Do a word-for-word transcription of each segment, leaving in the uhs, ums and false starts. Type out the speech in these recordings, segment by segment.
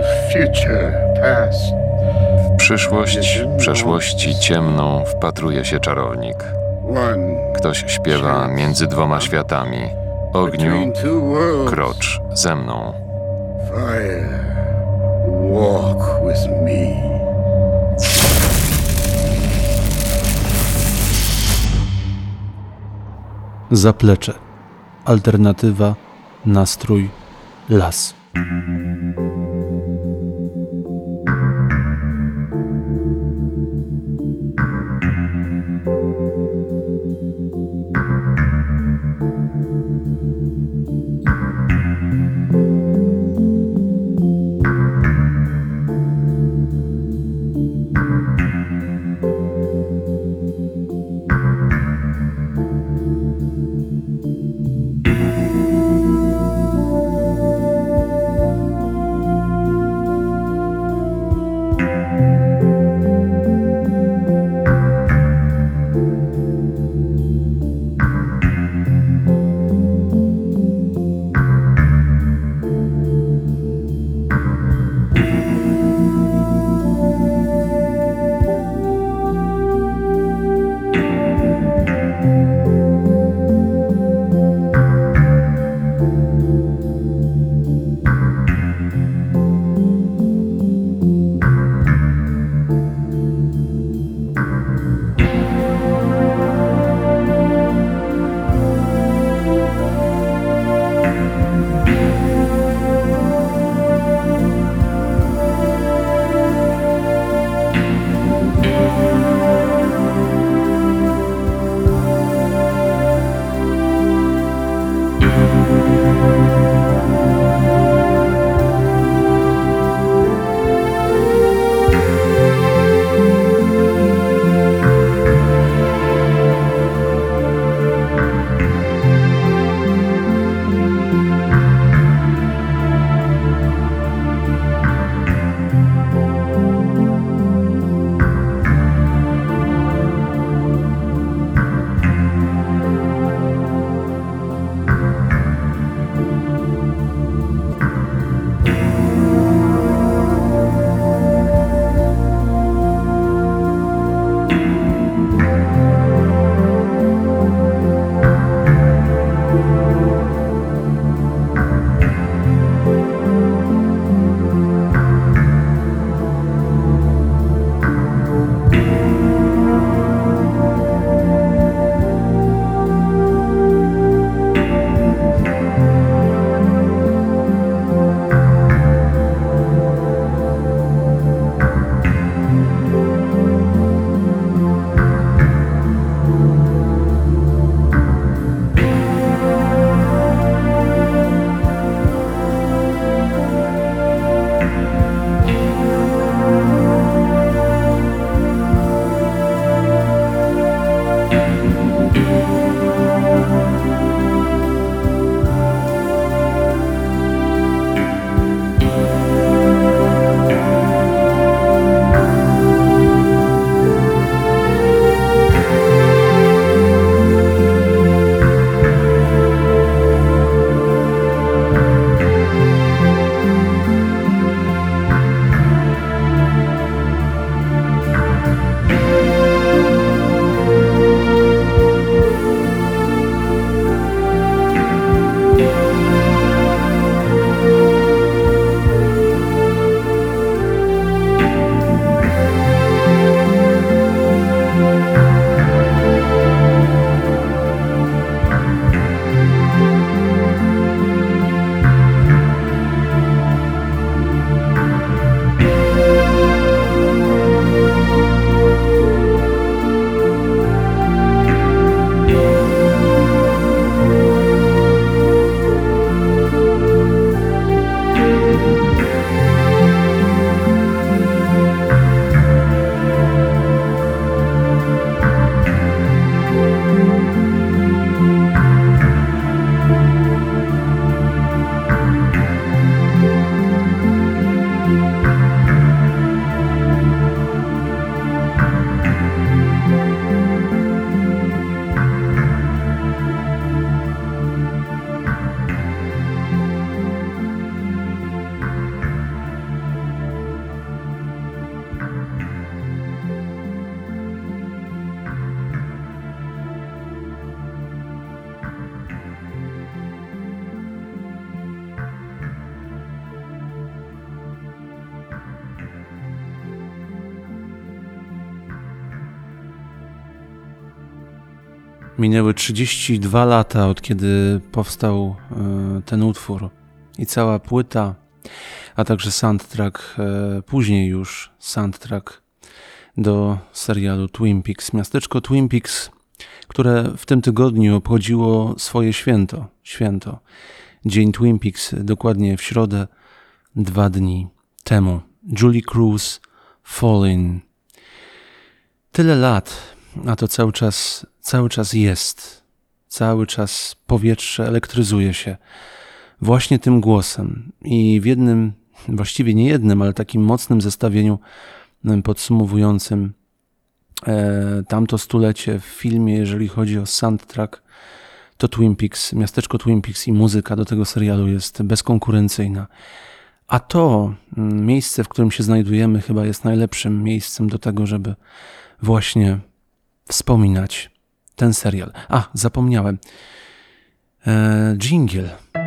future past. Przyszłość przeszłości ciemną wpatruje się czarownik. One Ktoś śpiewa między dwoma światami. Ogniu, between two worlds. krocz ze mną. Fire, walk with me. Zaplecze. Alternatywa, nastrój, las. Minęły trzydzieści dwa lata, od kiedy powstał e, ten utwór i cała płyta, a także soundtrack, e, później już soundtrack do serialu Twin Peaks. Miasteczko Twin Peaks, które w tym tygodniu obchodziło swoje święto, święto. Dzień Twin Peaks, dokładnie w środę, dwa dni temu. Julie Cruz, Falling. Tyle lat, a to cały czas, cały czas jest. Cały czas powietrze elektryzuje się właśnie tym głosem. I w jednym, właściwie nie jednym, ale takim mocnym zestawieniu podsumowującym e, tamto stulecie w filmie, jeżeli chodzi o soundtrack, to Twin Peaks, miasteczko Twin Peaks i muzyka do tego serialu jest bezkonkurencyjna. A to miejsce, w którym się znajdujemy, chyba jest najlepszym miejscem do tego, żeby właśnie wspominać ten serial. A, zapomniałem. E, dżingiel.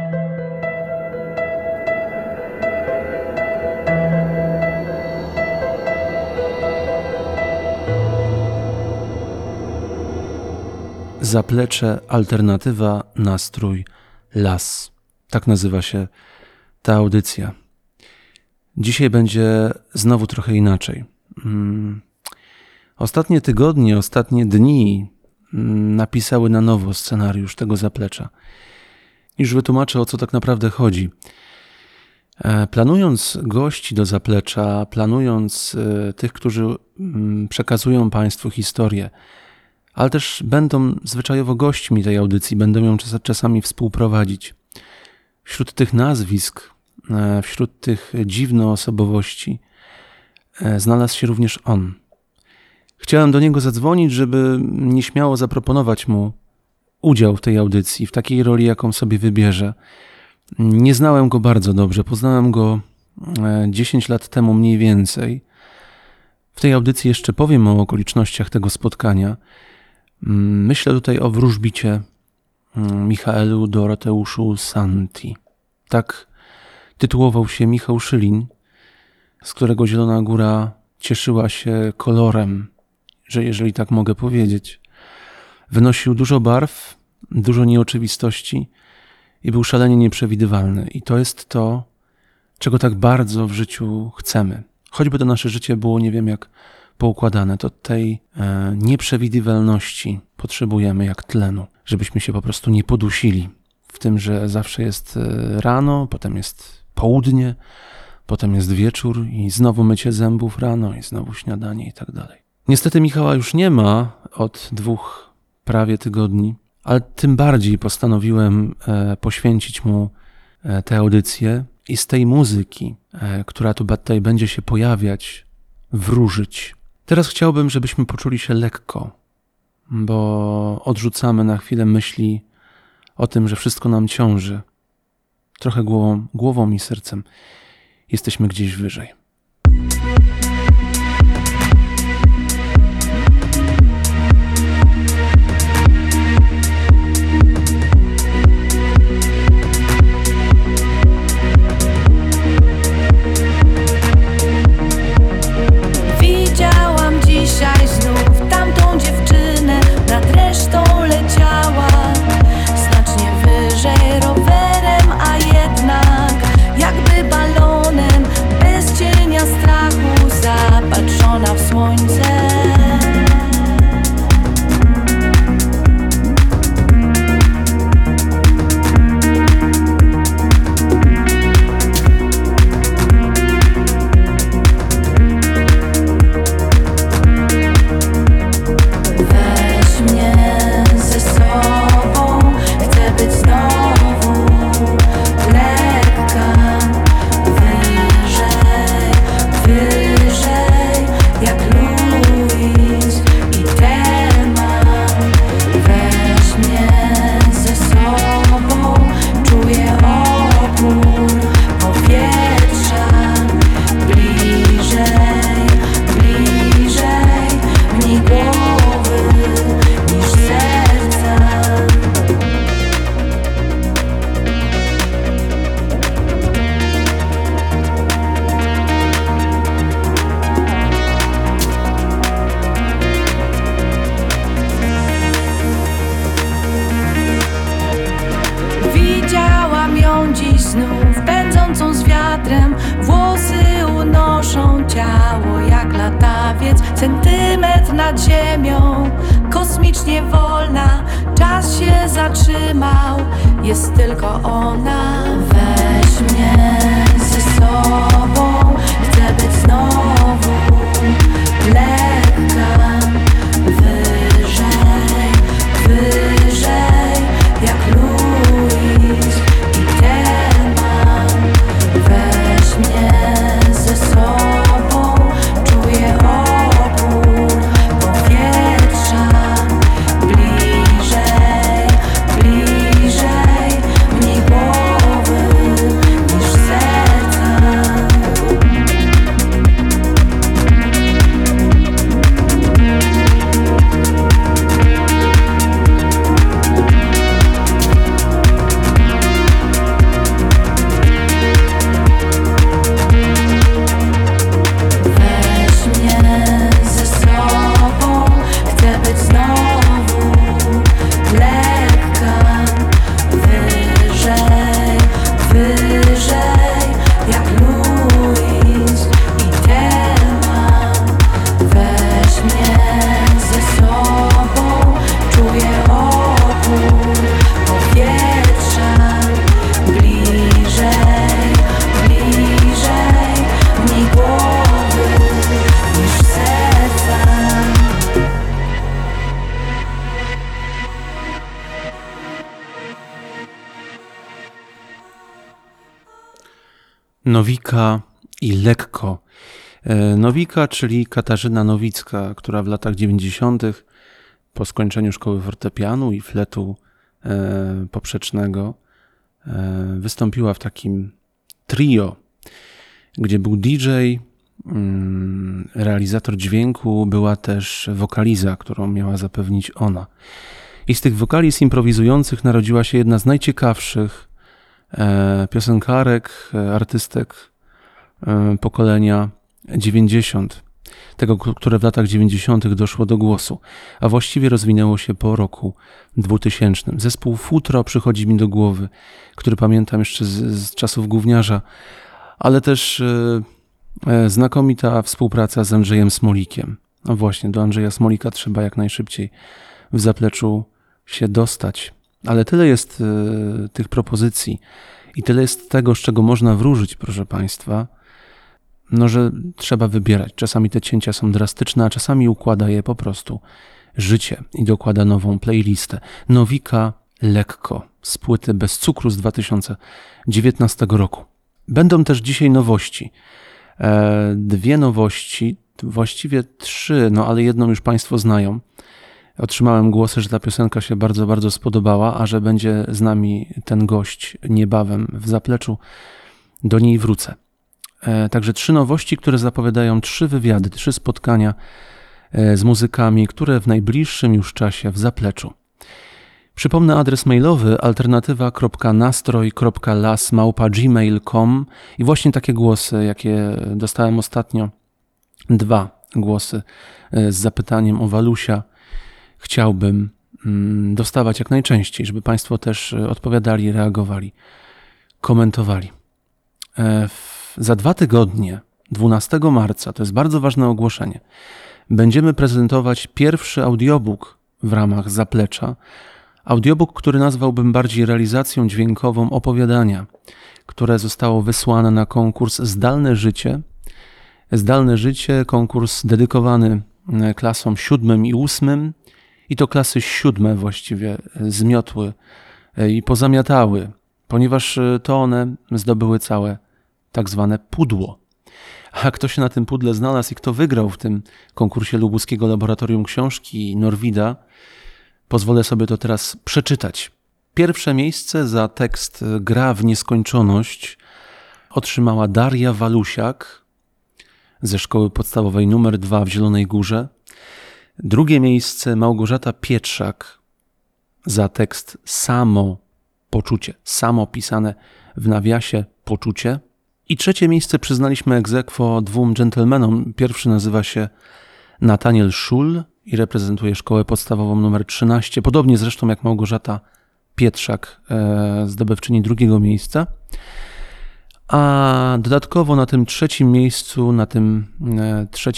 Zaplecze, alternatywa, nastrój, las. Tak nazywa się ta audycja. Dzisiaj będzie znowu trochę inaczej. Hmm. Ostatnie tygodnie, ostatnie dni napisały na nowo scenariusz tego zaplecza. Już wytłumaczę, o co tak naprawdę chodzi. Planując gości do zaplecza, planując tych, którzy przekazują Państwu historię, ale też będą zwyczajowo gośćmi tej audycji, będą ją czas, czasami współprowadzić. Wśród tych nazwisk, wśród tych dziwnoosobowości znalazł się również on. Chciałem do niego zadzwonić, żeby nieśmiało zaproponować mu udział w tej audycji, w takiej roli, jaką sobie wybierze. Nie znałem go bardzo dobrze, poznałem go dziesięć lat temu mniej więcej. W tej audycji jeszcze powiem o okolicznościach tego spotkania. Myślę tutaj o wróżbicie Michaelu Doroteuszu Santi. Tak tytułował się Michał Szylin, z którego Zielona Góra cieszyła się kolorem, że jeżeli tak mogę powiedzieć. Wynosił dużo barw, dużo nieoczywistości i był szalenie nieprzewidywalny. I to jest to, czego tak bardzo w życiu chcemy. Choćby to nasze życie było nie wiem jak poukładane, to tej e, nieprzewidywalności potrzebujemy jak tlenu, żebyśmy się po prostu nie podusili w tym, że zawsze jest rano, potem jest południe, potem jest wieczór i znowu mycie zębów rano i znowu śniadanie i tak dalej. Niestety Michała już nie ma od dwóch prawie tygodni, ale tym bardziej postanowiłem e, poświęcić mu e, tę audycję i z tej muzyki, e, która tu tutaj będzie się pojawiać, wróżyć. Teraz chciałbym, żebyśmy poczuli się lekko, bo odrzucamy na chwilę myśli o tym, że wszystko nam ciąży. Trochę głową, głową i sercem jesteśmy gdzieś wyżej. Widziałam dzisiaj znów tamtą dziewczynę, nad resztą leciała znacznie wyżej rowerem, a jednak jakby balonem bez cienia. krawiec, centymetr nad ziemią, kosmicznie wolna, czas się zatrzymał, jest tylko ona. Weź mnie ze sobą, chcę być znowu lekka, wyżej, wyżej, jak Louis i Teman. Weź mnie ze sobą, czuję opór powietrza, bliżej, bliżej, mniej głowy niż serca. Weź mnie ze sobą, chcę być znowu lekka, wyżej, wyżej, jak Louis i Teman. Weź mnie ze sobą, czuję opór powietrza, bliżej, bliżej, mniej głowy niż serca. Nowika i lekko. E, Nowika, czyli Katarzyna Nowicka, która w latach dziewięćdziesiątych po skończeniu szkoły fortepianu i fletu e, poprzecznego e, wystąpiła w takim trio, gdzie był D J, mm, realizator dźwięku, była też wokaliza, którą miała zapewnić ona. I z tych wokaliz improwizujących narodziła się jedna z najciekawszych e, piosenkarek, e, artystek e, pokolenia dziewięćdziesiąt, tego, które w latach dziewięćdziesiątych doszło do głosu, a właściwie rozwinęło się po roku dwutysięcznym. Zespół Futro przychodzi mi do głowy, który pamiętam jeszcze z, z czasów gówniarza, ale też e, e, znakomita współpraca z Andrzejem Smolikiem. No właśnie, do Andrzeja Smolika trzeba jak najszybciej w zapleczu się dostać. Ale tyle jest e, tych propozycji i tyle jest tego, z czego można wróżyć, proszę Państwa, no, że trzeba wybierać. Czasami te cięcia są drastyczne, a czasami układa je po prostu życie i dokłada nową playlistę. Nowika lekko z płyty Bez cukru z dwa tysiące dziewiętnastego roku. Będą też dzisiaj nowości. E, dwie nowości, właściwie trzy, no ale jedną już Państwo znają. Otrzymałem głosy, że ta piosenka się bardzo, bardzo spodobała, a że będzie z nami ten gość niebawem w zapleczu, do niej wrócę. E, także trzy nowości, które zapowiadają trzy wywiady, trzy spotkania e, z muzykami, które w najbliższym już czasie w zapleczu. Przypomnę adres mailowy alternatywa kropka nastroj kropka las małpa gmail kropka com i właśnie takie głosy, jakie dostałem ostatnio, dwa głosy e, z zapytaniem o Walusia, chciałbym mm, dostawać jak najczęściej, żeby Państwo też odpowiadali, reagowali, komentowali. E, w, za dwa tygodnie, dwunastego marca, to jest bardzo ważne ogłoszenie, będziemy prezentować pierwszy audiobook w ramach zaplecza. Audiobook, który nazwałbym bardziej realizacją dźwiękową opowiadania, które zostało wysłane na konkurs Zdalne Życie. Zdalne Życie, konkurs dedykowany klasom siódmym i ósmym. I to klasy siódme właściwie zmiotły i pozamiatały, ponieważ to one zdobyły całe tak zwane pudło. A kto się na tym pudle znalazł i kto wygrał w tym konkursie Lubuskiego Laboratorium Książki Norwida, pozwolę sobie to teraz przeczytać. Pierwsze miejsce za tekst Gra w nieskończoność otrzymała Daria Walusiak ze szkoły podstawowej numer dwa w Zielonej Górze. Drugie miejsce Małgorzata Pietrzak za tekst Samo poczucie, samo pisane w nawiasie poczucie. I trzecie miejsce przyznaliśmy ex aequo dwóm dżentelmenom. Pierwszy nazywa się Nataniel Szul i reprezentuje szkołę podstawową numer trzynaście, podobnie zresztą jak Małgorzata Pietrzak, e, zdobywczyni drugiego miejsca. A dodatkowo na tym trzecim miejscu, na tym e, trzecim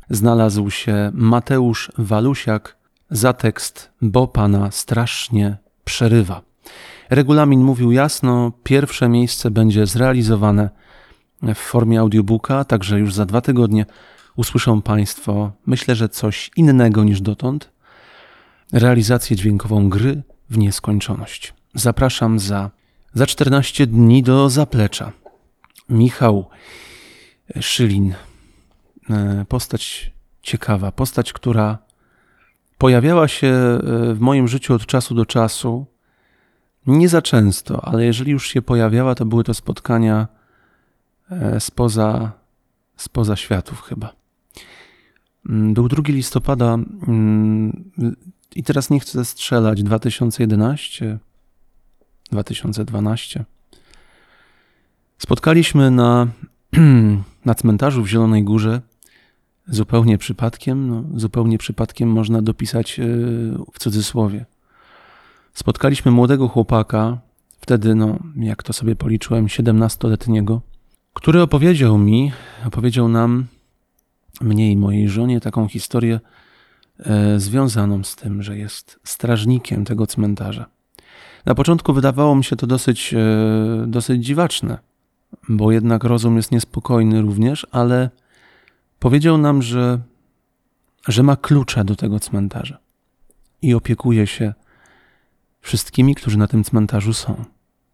znalazł się Mateusz Walusiak za tekst Bo Pana strasznie przerywa. Regulamin mówił jasno, pierwsze miejsce będzie zrealizowane w formie audiobooka, także już za dwa tygodnie usłyszą Państwo, myślę, że coś innego niż dotąd, realizację dźwiękową gry w nieskończoność. Zapraszam za, za czternaście dni do zaplecza. Michał Szylin, postać ciekawa, postać, która pojawiała się w moim życiu od czasu do czasu, nie za często, ale jeżeli już się pojawiała, to były to spotkania spoza, spoza światów chyba. Był drugiego listopada i teraz nie chcę strzelać, dwa tysiące jedenasty, dwa tysiące dwunasty. Spotkaliśmy na, na cmentarzu w Zielonej Górze zupełnie przypadkiem, no, zupełnie przypadkiem można dopisać w cudzysłowie. Spotkaliśmy młodego chłopaka, wtedy, no, jak to sobie policzyłem, siedemnastoletniego, który opowiedział mi, opowiedział nam, mnie i mojej żonie, taką historię e, związaną z tym, że jest strażnikiem tego cmentarza. Na początku wydawało mi się to dosyć, e, dosyć dziwaczne, bo jednak rozum jest niespokojny również, ale powiedział nam, że, że ma klucze do tego cmentarza i opiekuje się wszystkimi, którzy na tym cmentarzu są.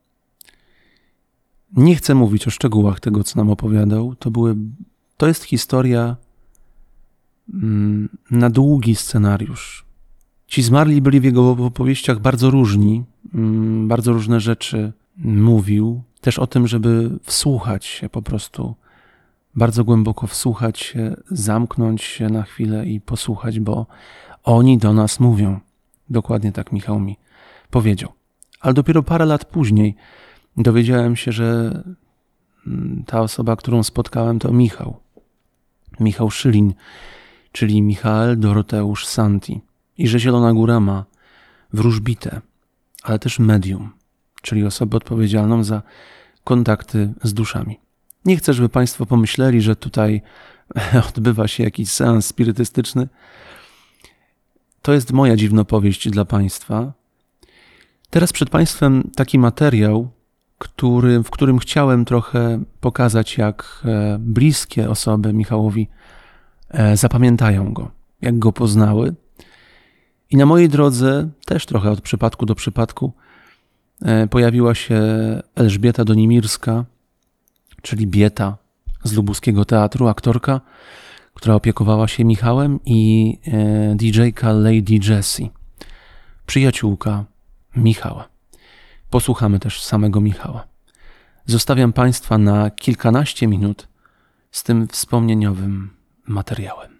Nie chcę mówić o szczegółach tego, co nam opowiadał. To, były, to jest historia mm, na długi scenariusz. Ci zmarli byli w jego opowieściach bardzo różni, mm, bardzo różne rzeczy mówił. Też o tym, żeby wsłuchać się po prostu, bardzo głęboko wsłuchać się, zamknąć się na chwilę i posłuchać, bo oni do nas mówią. Dokładnie tak Michał mi powiedział. Ale dopiero parę lat później dowiedziałem się, że ta osoba, którą spotkałem, to Michał. Michał Szylin, czyli Michael Doroteusz Santi. I że Zielona Góra ma wróżbitę, ale też medium, czyli osobę odpowiedzialną za kontakty z duszami. Nie chcę, żeby Państwo pomyśleli, że tutaj odbywa się jakiś seans spirytystyczny. To jest moja dziwnopowieść dla Państwa. Teraz przed Państwem taki materiał, który, w którym chciałem trochę pokazać, jak bliskie osoby Michałowi zapamiętają go, jak go poznały. I na mojej drodze, też trochę od przypadku do przypadku, pojawiła się Elżbieta Donimirska, czyli Bieta z lubuskiego teatru, aktorka, która opiekowała się Michałem, i didżejka Lady Jessie, przyjaciółka Michała. Posłuchamy też samego Michała. Zostawiam Państwa na kilkanaście minut z tym wspomnieniowym materiałem.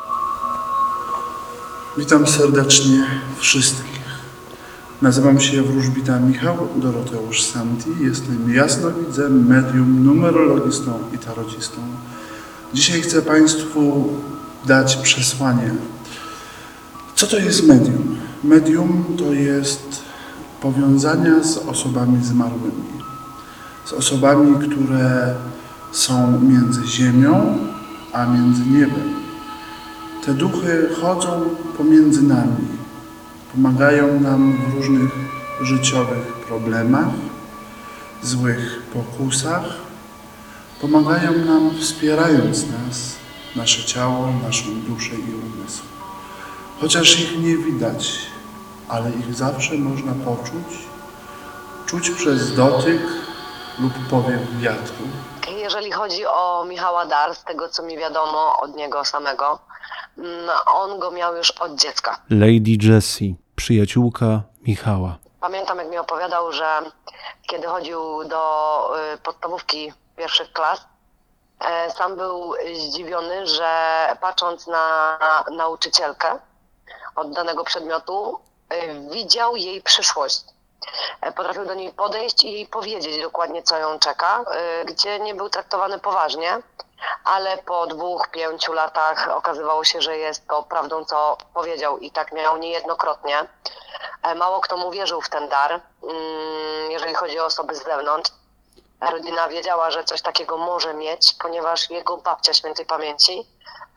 Witam serdecznie wszystkich. Nazywam się wróżbita Michał Doroteusz Santi. Jestem jasnowidzem, medium, numerologistą i tarocistą. Dzisiaj chcę Państwu dać przesłanie. Co to jest medium? Medium to jest powiązania z osobami zmarłymi. Z osobami, które są między ziemią a między niebem. Te duchy chodzą pomiędzy nami. Pomagają nam w różnych życiowych problemach, złych pokusach. Pomagają nam, wspierając nas, nasze ciało, naszą duszę i umysł. Chociaż ich nie widać, ale ich zawsze można poczuć, czuć przez dotyk lub powiew wiatru. Jeżeli chodzi o Michała dar, z tego co mi wiadomo od niego samego, on go miał już od dziecka. Lady Jessie, przyjaciółka Michała. Pamiętam, jak mi opowiadał, że kiedy chodził do podstawówki pierwszych klas, sam był zdziwiony, że patrząc na nauczycielkę od danego przedmiotu, widział jej przyszłość. Potrafił do niej podejść i jej powiedzieć dokładnie, co ją czeka, gdzie nie był traktowany poważnie, ale po dwóch, pięciu latach okazywało się, że jest to prawdą, co powiedział, i tak miał niejednokrotnie. Mało kto mu wierzył w ten dar, jeżeli chodzi o osoby z zewnątrz. Rodzina wiedziała, że coś takiego może mieć, ponieważ jego babcia świętej pamięci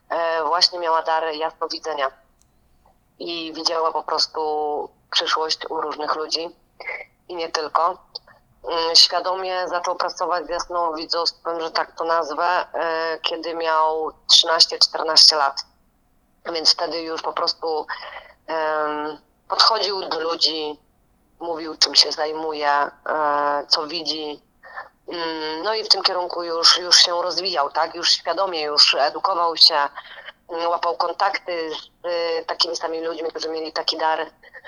e, właśnie miała dar jasnowidzenia i widziała po prostu przyszłość u różnych ludzi i nie tylko. Świadomie zaczął pracować z jasnowidzostwem, że tak to nazwę, kiedy miał trzynaście czternaście lat. Więc wtedy już po prostu um, podchodził do ludzi, mówił, czym się zajmuje, e, co widzi. Um, no i w tym kierunku już, już się rozwijał, tak? Już świadomie, już edukował się, um, łapał kontakty z y, takimi samymi ludźmi, którzy mieli taki dar.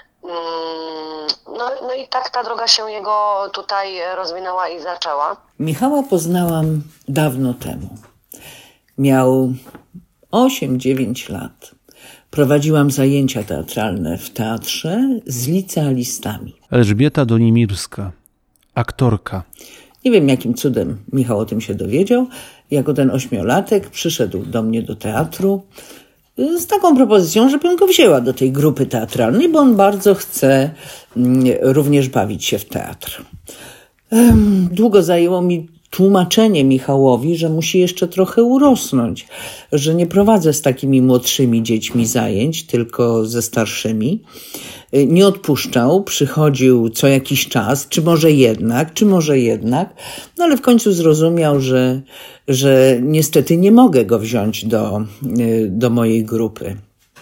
No, no i tak ta droga się jego tutaj rozwinęła i zaczęła. Michała poznałam dawno temu. Miał osiem dziewięć lat. Prowadziłam zajęcia teatralne w teatrze z licealistami. Elżbieta Donimirska, aktorka. Nie wiem, jakim cudem Michał o tym się dowiedział. Jako ten ośmiolatek przyszedł do mnie do teatru z taką propozycją, żebym go wzięła do tej grupy teatralnej, bo on bardzo chce również bawić się w teatr. Długo zajęło mi tłumaczenie Michałowi, że musi jeszcze trochę urosnąć, że nie prowadzę z takimi młodszymi dziećmi zajęć, tylko ze starszymi. Nie odpuszczał, przychodził co jakiś czas, czy może jednak, czy może jednak, no ale w końcu zrozumiał, że, że niestety nie mogę go wziąć do, do mojej grupy.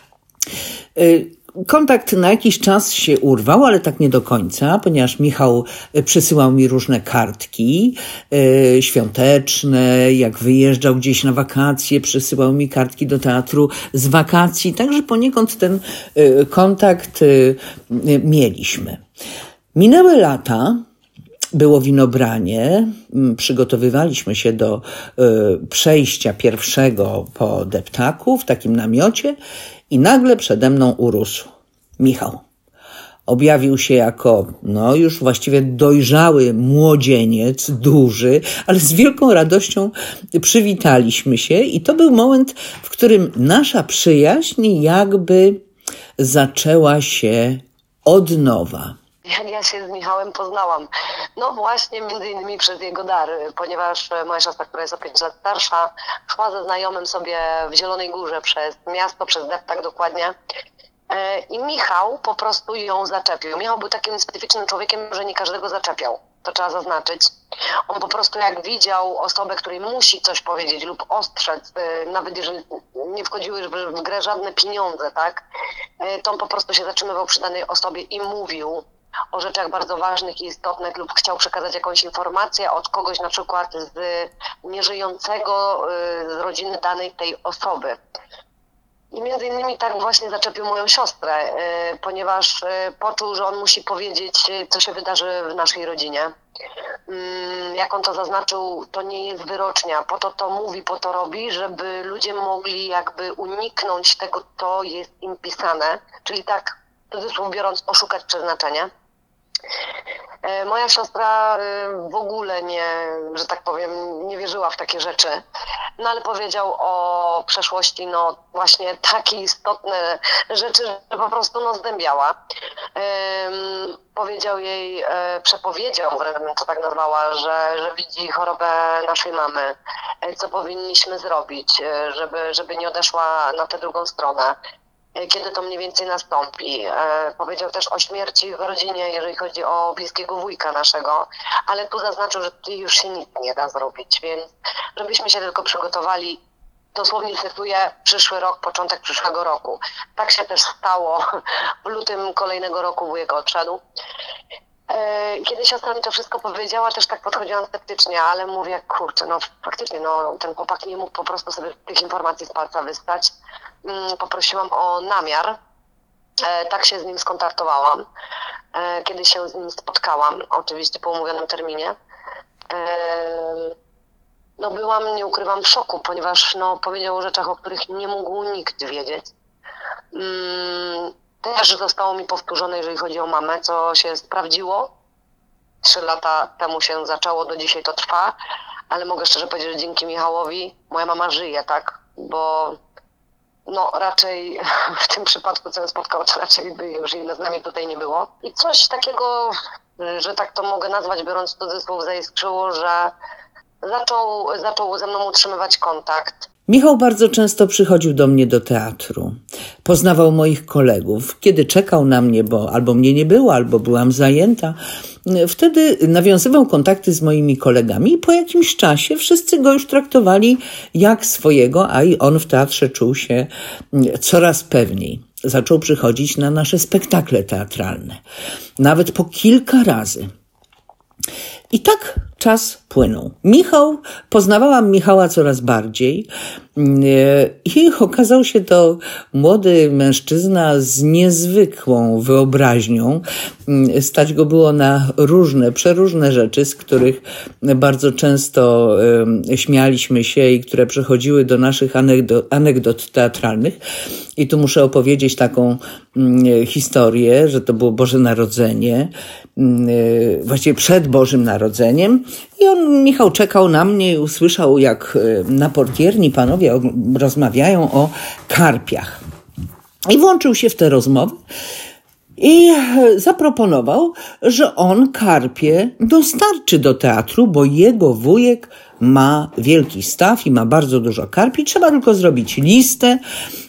Kontakt na jakiś czas się urwał, ale tak nie do końca, ponieważ Michał przysyłał mi różne kartki e, świąteczne, jak wyjeżdżał gdzieś na wakacje, przysyłał mi kartki do teatru z wakacji, także poniekąd ten e, kontakt e, mieliśmy. Minęły lata, było winobranie, przygotowywaliśmy się do e, przejścia pierwszego po deptaku w takim namiocie i nagle przede mną urósł Michał. Objawił się jako, no już właściwie dojrzały młodzieniec, duży, ale z wielką radością przywitaliśmy się i to był moment, w którym nasza przyjaźń jakby zaczęła się od nowa. Jak ja się z Michałem poznałam? No właśnie między innymi przez jego dar, ponieważ moja siostra, która jest o pięć lat starsza, szła ze znajomym sobie w Zielonej Górze przez miasto, przez deptak dokładnie. I Michał po prostu ją zaczepił. Michał był takim specyficznym człowiekiem, że nie każdego zaczepiał. To trzeba zaznaczyć. On po prostu jak widział osobę, której musi coś powiedzieć lub ostrzec, nawet jeżeli nie wchodziły w grę żadne pieniądze, tak, to on po prostu się zatrzymywał przy danej osobie i mówił o rzeczach bardzo ważnych i istotnych lub chciał przekazać jakąś informację od kogoś na przykład z nieżyjącego z rodziny danej tej osoby. I między innymi tak właśnie zaczepił moją siostrę, ponieważ poczuł, że on musi powiedzieć, co się wydarzy w naszej rodzinie. Jak on to zaznaczył, to nie jest wyrocznia, po to to mówi, po to robi, żeby ludzie mogli jakby uniknąć tego, co jest im pisane, czyli tak, w cudzysłów biorąc, oszukać przeznaczenie. Moja siostra w ogóle nie, że tak powiem, nie wierzyła w takie rzeczy, no ale powiedział o przeszłości, no właśnie takie istotne rzeczy, że po prostu no zdębiała. Um, powiedział jej, e, przepowiedział, wręcz to tak nazwała, że, że widzi chorobę naszej mamy, co powinniśmy zrobić, żeby, żeby nie odeszła na tę drugą stronę. Kiedy to mniej więcej nastąpi. E, powiedział też o śmierci w rodzinie, jeżeli chodzi o bliskiego wujka naszego, ale tu zaznaczył, że tu już się nic nie da zrobić, więc żebyśmy się tylko przygotowali, dosłownie cytuję, przyszły rok, początek przyszłego roku. Tak się też stało. W lutym kolejnego roku wujek odszedł. E, kiedy siostra mi to wszystko powiedziała, też tak podchodziłam sceptycznie, ale mówię, kurczę, no faktycznie, no ten chłopak nie mógł po prostu sobie tych informacji z palca wystać. Poprosiłam o namiar, tak się z nim skontaktowałam, kiedy się z nim spotkałam, oczywiście po umówionym terminie. No byłam, nie ukrywam, w szoku, ponieważ no, powiedział o rzeczach, o których nie mógł nikt wiedzieć. Też zostało mi powtórzone, jeżeli chodzi o mamę, co się sprawdziło. Trzy lata temu się zaczęło, do dzisiaj to trwa, ale mogę szczerze powiedzieć, że dzięki Michałowi moja mama żyje, tak, bo no raczej w tym przypadku, co ją spotkało, to raczej by już ile z nami tutaj nie było. I coś takiego, że tak to mogę nazwać, biorąc cudzysłów, zaiskrzyło, że zaczął, zaczął ze mną utrzymywać kontakt. Michał bardzo często przychodził do mnie do teatru. Poznawał moich kolegów. Kiedy czekał na mnie, bo albo mnie nie było, albo byłam zajęta, wtedy nawiązywał kontakty z moimi kolegami i po jakimś czasie wszyscy go już traktowali jak swojego, a i on w teatrze czuł się coraz pewniej. Zaczął przychodzić na nasze spektakle teatralne. Nawet po kilka razy. I tak czas płynął. Michał, poznawałam Michała coraz bardziej i okazał się to młody mężczyzna z niezwykłą wyobraźnią. Stać go było na różne, przeróżne rzeczy, z których bardzo często śmialiśmy się i które przechodziły do naszych anegdot, anegdot teatralnych. I tu muszę opowiedzieć taką historię, że to było Boże Narodzenie, właściwie przed Bożym Narodzeniem. I on, Michał, czekał na mnie i usłyszał, jak na portierni panowie rozmawiają o karpiach. I włączył się w tę rozmowę i zaproponował, że on karpie dostarczy do teatru, bo jego wujek ma wielki staw i ma bardzo dużo karpi. Trzeba tylko zrobić listę,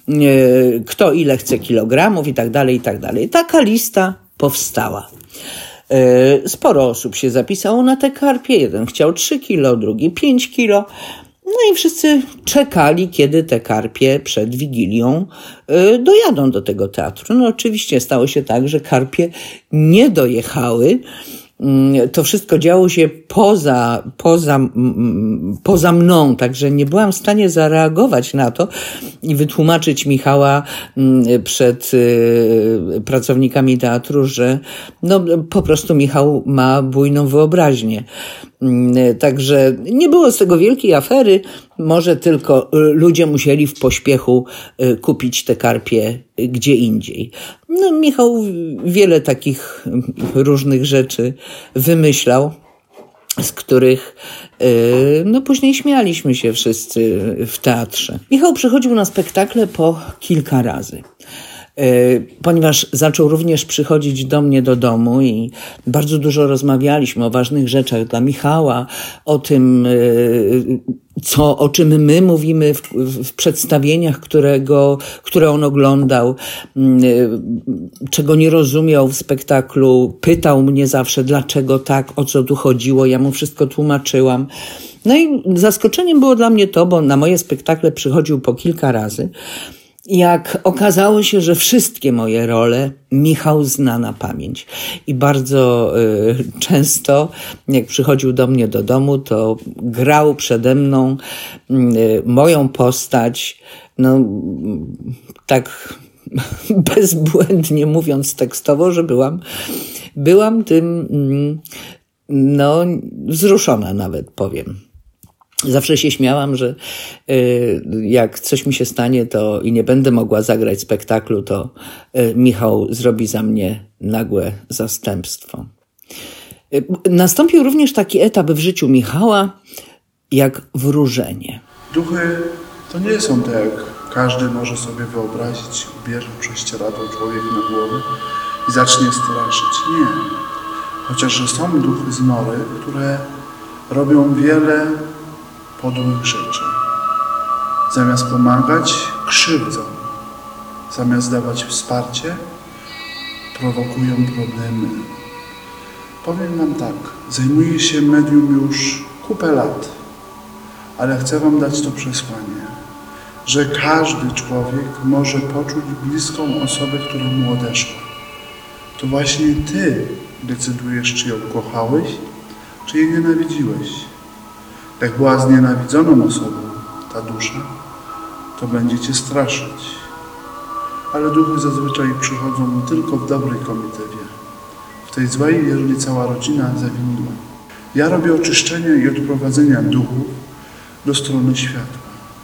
kto ile chce kilogramów i tak dalej, i tak dalej. Taka lista powstała. Sporo osób się zapisało na te karpie. Jeden chciał trzy kilo, drugi pięć kilo. No i wszyscy czekali, kiedy te karpie przed Wigilią dojadą do tego teatru. No oczywiście stało się tak, że karpie nie dojechały. To wszystko działo się poza, poza, poza mną, także nie byłam w stanie zareagować na to i wytłumaczyć Michała przed pracownikami teatru, że no, po prostu Michał ma bujną wyobraźnię. Także nie było z tego wielkiej afery, może tylko ludzie musieli w pośpiechu kupić te karpie gdzie indziej. No, Michał wiele takich różnych rzeczy wymyślał, z których no, później śmialiśmy się wszyscy w teatrze. Michał przychodził na spektakle po kilka razy. Ponieważ zaczął również przychodzić do mnie do domu i bardzo dużo rozmawialiśmy o ważnych rzeczach dla Michała, o tym, co, o czym my mówimy w, w przedstawieniach, którego, które on oglądał, czego nie rozumiał w spektaklu. Pytał mnie zawsze, dlaczego tak, o co tu chodziło. Ja mu wszystko tłumaczyłam. No i zaskoczeniem było dla mnie to, bo na moje spektakle przychodził po kilka razy. Jak okazało się, że wszystkie moje role Michał zna na pamięć. I bardzo y, często, jak przychodził do mnie do domu, to grał przede mną y, moją postać, no tak bezbłędnie mówiąc tekstowo, że byłam, byłam tym, y, no wzruszona nawet, powiem. Zawsze się śmiałam, że y, jak coś mi się stanie to i nie będę mogła zagrać spektaklu, to y, Michał zrobi za mnie nagłe zastępstwo. Y, nastąpił również taki etap w życiu Michała, jak wróżenie. Duchy to nie są tak, jak każdy może sobie wyobrazić. Bierze prześcieradło człowiek na głowę i zacznie straszyć. Nie. Chociaż są duchy zmory, które robią wiele podłych rzeczy. Zamiast pomagać, krzywdzą. Zamiast dawać wsparcie, prowokują problemy. Powiem wam tak, zajmuję się medium już kupę lat, ale chcę wam dać to przesłanie, że każdy człowiek może poczuć bliską osobę, która mu odeszła. To właśnie ty decydujesz, czy ją kochałeś, czy jej nienawidziłeś. Jak była znienawidzoną osobą ta dusza, to będzie cię straszyć. Ale duchy zazwyczaj przychodzą tylko w dobrej komitywie. W tej złej, jeżeli cała rodzina zawiniła. Ja robię oczyszczenia i odprowadzenia duchów do strony światła.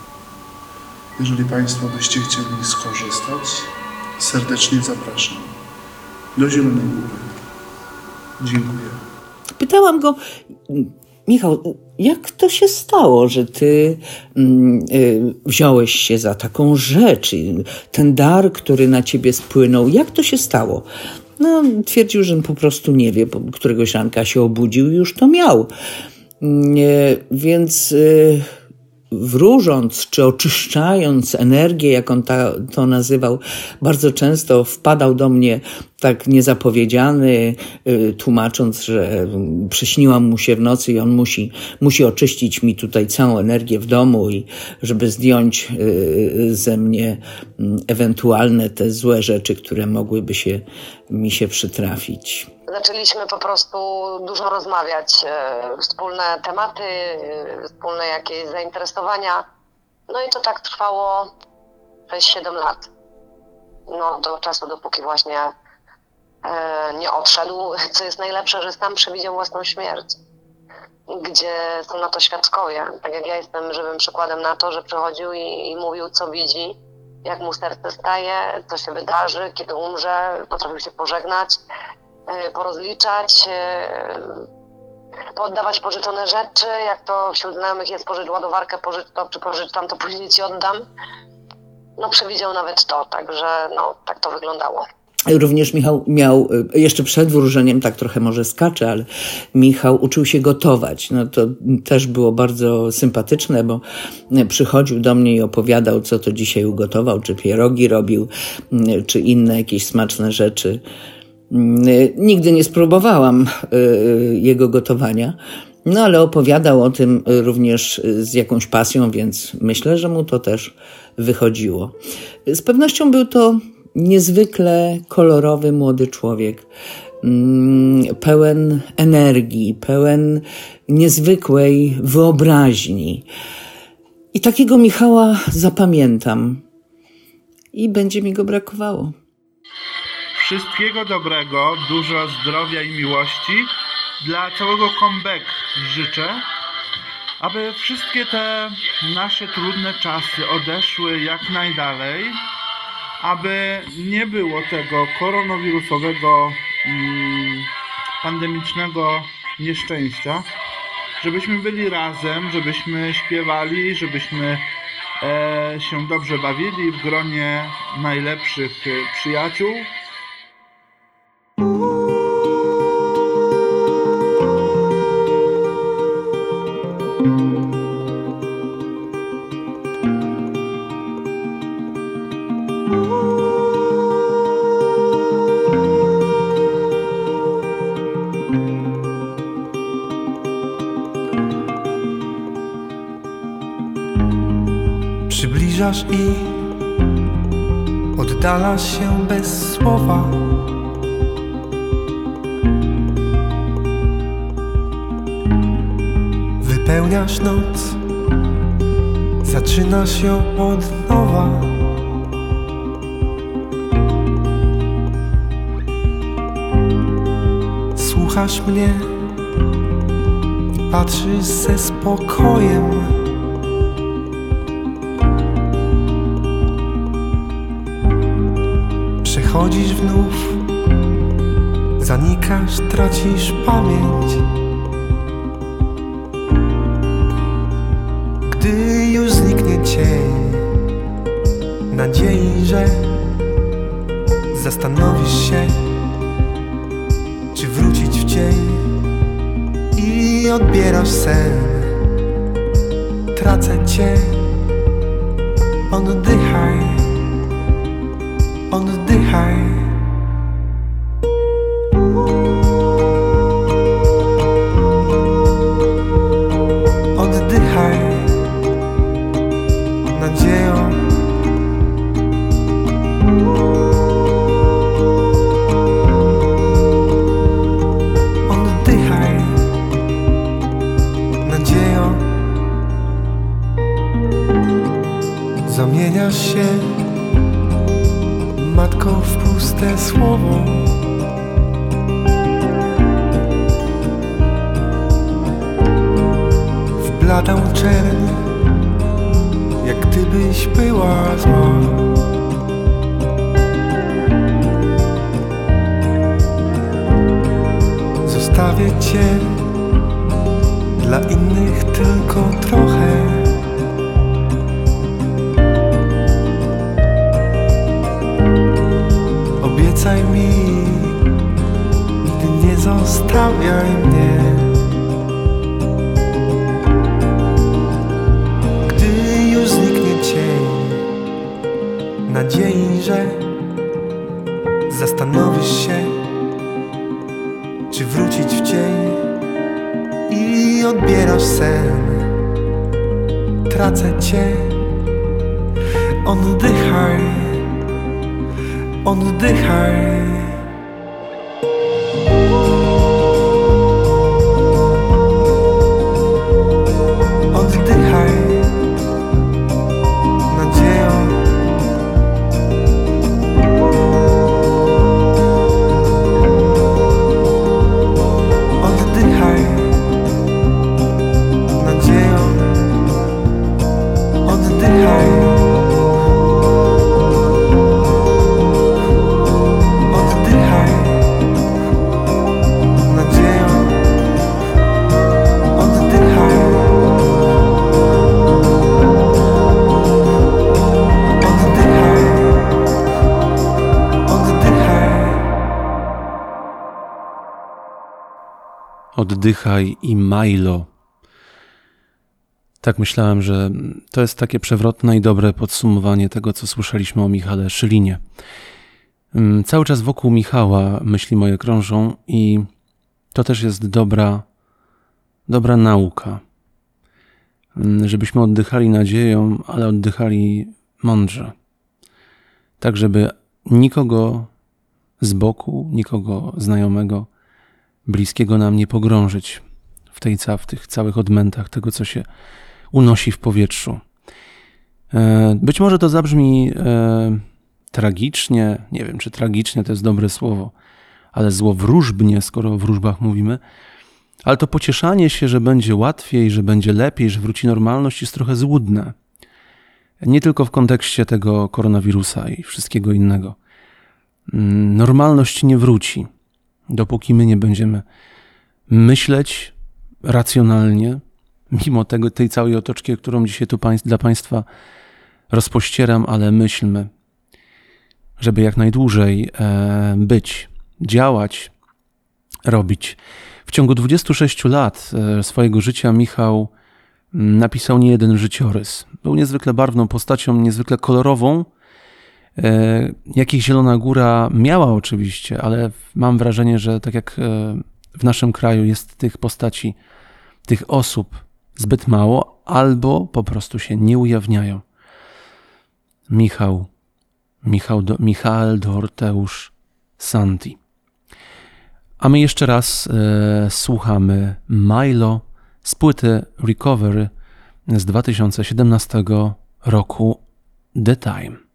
Jeżeli Państwo byście chcieli skorzystać, serdecznie zapraszam do Zielonej Góry. Dziękuję. Pytałam go, Michał, jak to się stało, że ty y, wziąłeś się za taką rzecz, ten dar, który na ciebie spłynął, jak to się stało? No, twierdził, że po prostu nie wie, bo któregoś ranka się obudził i już to miał. Y, więc y, wróżąc czy oczyszczając energię, jak on ta, to nazywał, bardzo często wpadał do mnie tak niezapowiedziany, tłumacząc, że przyśniłam mu się w nocy i on musi, musi oczyścić mi tutaj całą energię w domu i żeby zdjąć ze mnie ewentualne te złe rzeczy, które mogłyby się mi się przytrafić. Zaczęliśmy po prostu dużo rozmawiać, e, wspólne tematy, e, wspólne jakieś zainteresowania. No i to tak trwało sześć siedem lat. No do czasu, dopóki właśnie e, nie odszedł, co jest najlepsze, że sam przewidział własną śmierć, gdzie są na to świadkowie. Tak jak ja jestem żywym przykładem na to, że przychodził i, i mówił, co widzi, jak mu serce staje, co się wydarzy, kiedy umrze, potrafił się pożegnać, porozliczać, pooddawać pożyczone rzeczy, jak to wśród znajomych jest pożycz ładowarkę, pożycz to, czy pożycz tam, to później ci oddam. No przewidział nawet to, także no tak to wyglądało. Również Michał miał, jeszcze przed wróżeniem, tak trochę może skacze, ale Michał uczył się gotować. No to też było bardzo sympatyczne, bo przychodził do mnie i opowiadał, co to dzisiaj ugotował, czy pierogi robił, czy inne jakieś smaczne rzeczy. Nigdy nie spróbowałam jego gotowania, no ale opowiadał o tym również z jakąś pasją, więc myślę, że mu to też wychodziło. Z pewnością był to niezwykle kolorowy młody człowiek, pełen energii, pełen niezwykłej wyobraźni. I takiego Michała zapamiętam i będzie mi go brakowało. Wszystkiego dobrego, dużo zdrowia i miłości dla całego comeback życzę, aby wszystkie te nasze trudne czasy odeszły jak najdalej, aby nie było tego koronawirusowego, mm, pandemicznego nieszczęścia, żebyśmy byli razem, żebyśmy śpiewali, żebyśmy e, się dobrze bawili w gronie najlepszych przyjaciół. Przybliżasz i oddalasz się bez słowa. Wypełniasz noc, zaczynasz ją od nowa. Słuchasz mnie i patrzysz ze spokojem. Przechodzisz wnów, zanikasz, tracisz pamięć. Gdy już zniknie cień nadziei, że zastanowisz się, czy wrócić w dzień i odbierasz sen. Tracę cię, oddychaj, oddychaj. Oddychaj, nadzieją. Oddychaj, nadzieją. Zamieniasz się, matko, w puste słowo. W bladą czerń, jak gdybyś była zła. Zostawię cię dla innych tylko trochę. Obiecaj mi, nigdy nie zostawiaj mnie. Gdy nadziei, że zastanowisz się, czy wrócić w cień. I odbierasz sen, tracę cię. Oddychaj, oddychaj. Oddychaj, nadzieją. Oddychaj, nadzieją. Oddychaj. Oddychaj, nadzieją. Oddychaj. Oddychaj i Milo. Tak myślałem, że to jest takie przewrotne i dobre podsumowanie tego, co słyszeliśmy o Michale Szylinie. Cały czas wokół Michała myśli moje krążą i to też jest dobra, dobra nauka. Żebyśmy oddychali nadzieją, ale oddychali mądrze. Tak, żeby nikogo z boku, nikogo znajomego, bliskiego nam nie pogrążyć w, tej, w tych całych odmętach tego, co się unosi w powietrzu. Być może to zabrzmi e, tragicznie, nie wiem, czy tragicznie to jest dobre słowo, ale złowróżbnie, skoro o wróżbach mówimy, ale to pocieszanie się, że będzie łatwiej, że będzie lepiej, że wróci normalność, jest trochę złudne. Nie tylko w kontekście tego koronawirusa i wszystkiego innego. Normalność nie wróci, dopóki my nie będziemy myśleć racjonalnie, mimo tego, tej całej otoczki, którą dzisiaj tu pań, dla Państwa rozpościeram, ale myślmy, żeby jak najdłużej e, być, działać, robić. W ciągu dwudziestu sześciu lat e, swojego życia Michał m, napisał niejeden życiorys. Był niezwykle barwną postacią, niezwykle kolorową, e, jakich Zielona Góra miała oczywiście, ale mam wrażenie, że tak jak e, w naszym kraju jest tych postaci, tych osób zbyt mało, albo po prostu się nie ujawniają. Michał, Michał do, Michael Doroteusz Santi. A my jeszcze raz e, słuchamy Milo z płyty Recovery z dwa tysiące siedemnastego roku The Time.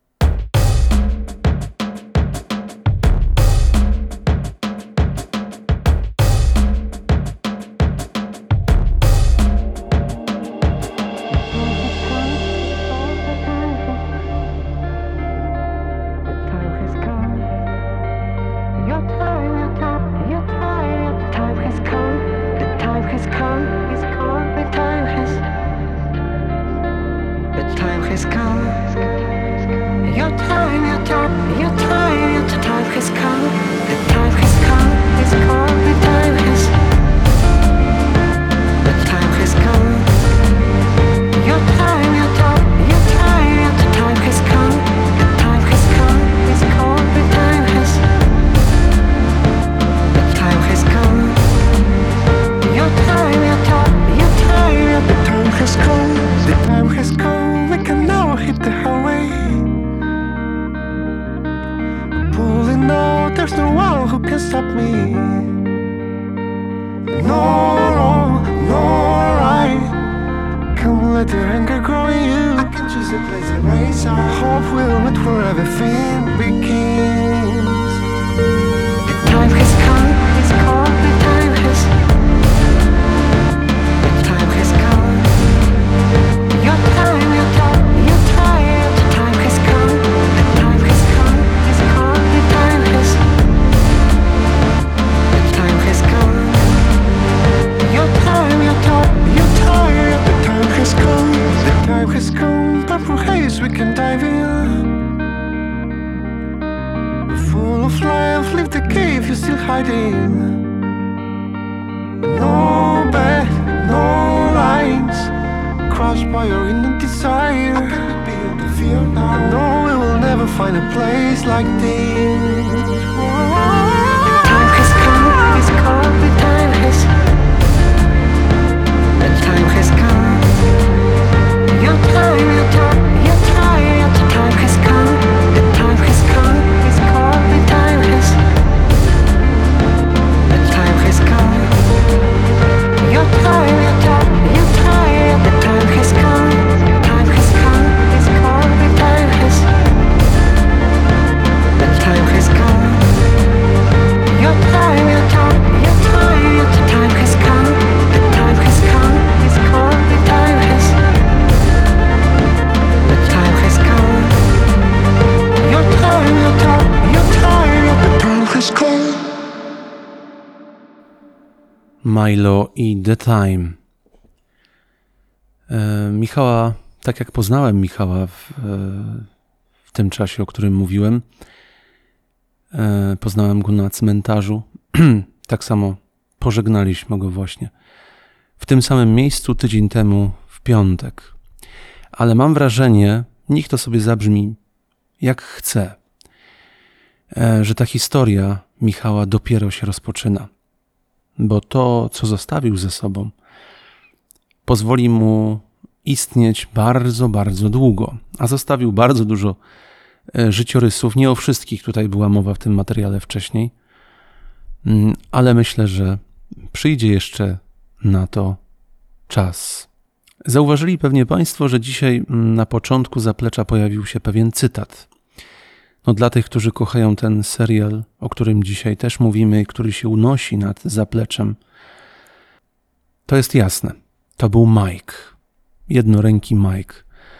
in a place like this. The time has come, it's come, the time has The time has come. Your time, your time, your time, the time has come. The time has come, it's come, the time has The time has come. Your time, your time, your time, the time has come. The time has come, it's come, the time has The time has come. Your time, your time, your time, the time has come. The time has come, it's come, the time has The time has come. Your time, your time, your time, the time has come. Milo i The Time. E, Michała, tak jak poznałem Michała w, e, w tym czasie, o którym mówiłem, e, poznałem go na cmentarzu. Tak samo pożegnaliśmy go właśnie w tym samym miejscu tydzień temu w piątek. Ale mam wrażenie, niech to sobie zabrzmi jak chce, e, że ta historia Michała dopiero się rozpoczyna. Bo to, co zostawił ze sobą, pozwoli mu istnieć bardzo, bardzo długo. A zostawił bardzo dużo życiorysów. Nie o wszystkich tutaj była mowa w tym materiale wcześniej, ale myślę, że przyjdzie jeszcze na to czas. Zauważyli pewnie Państwo, że dzisiaj na początku Zaplecza pojawił się pewien cytat. No dla tych, którzy kochają ten serial, o którym dzisiaj też mówimy, który się unosi nad Zapleczem, to jest jasne. To był Mike, jednoręki Mike,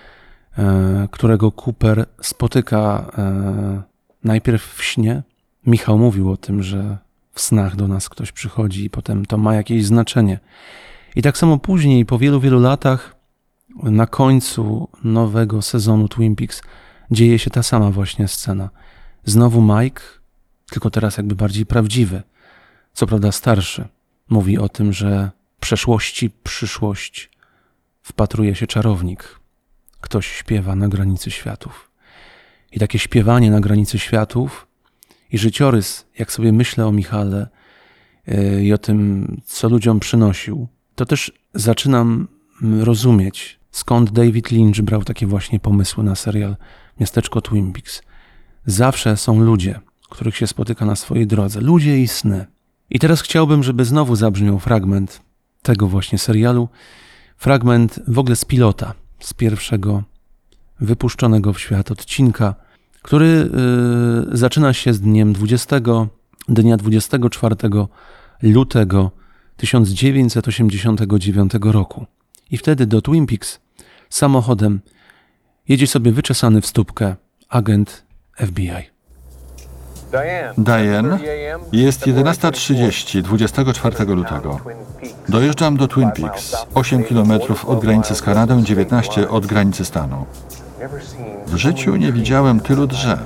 e, którego Cooper spotyka e, najpierw w śnie. Michał mówił o tym, że w snach do nas ktoś przychodzi i potem to ma jakieś znaczenie. I tak samo później, po wielu, wielu latach, na końcu nowego sezonu Twin Peaks dzieje się ta sama właśnie scena. Znowu Mike, tylko teraz jakby bardziej prawdziwy, co prawda starszy, mówi o tym, że w przeszłości przyszłość wpatruje się czarownik. Ktoś śpiewa na granicy światów. I takie śpiewanie na granicy światów i życiorys, jak sobie myślę o Michale yy, i o tym, co ludziom przynosił, to też zaczynam rozumieć, skąd David Lynch brał takie właśnie pomysły na serial Miasteczko Twin Peaks. Zawsze są ludzie, których się spotyka na swojej drodze. Ludzie i sny. I teraz chciałbym, żeby znowu zabrzmiał fragment tego właśnie serialu. Fragment w ogóle z pilota, z pierwszego wypuszczonego w świat odcinka, który yy, zaczyna się z dniem dwudziestego, dnia dwudziestego czwartego lutego tysiąc dziewięćset osiemdziesiątego dziewiątego roku. I wtedy do Twin Peaks samochodem jedzie sobie wyczesany w stópkę agent F B I. Diane, jest jedenasta trzydzieści dwudziestego czwartego lutego. Dojeżdżam do Twin Peaks, osiem kilometrów od granicy z Kanadą, dziewiętnaście od granicy stanu. W życiu nie widziałem tylu drzew.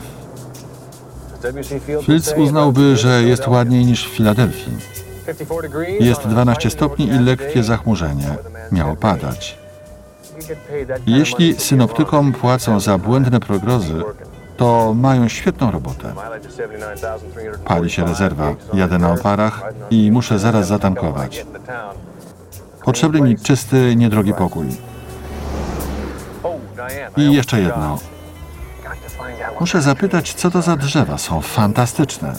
Fields uznałby, że jest ładniej niż w Filadelfii. Jest dwanaście stopni i lekkie zachmurzenie. Miało padać. Jeśli synoptykom płacą za błędne prognozy, to mają świetną robotę. Pali się rezerwa, jadę na oparach i muszę zaraz zatankować. Potrzebny mi czysty, niedrogi pokój. I jeszcze jedno. Muszę zapytać, co to za drzewa. Są fantastyczne.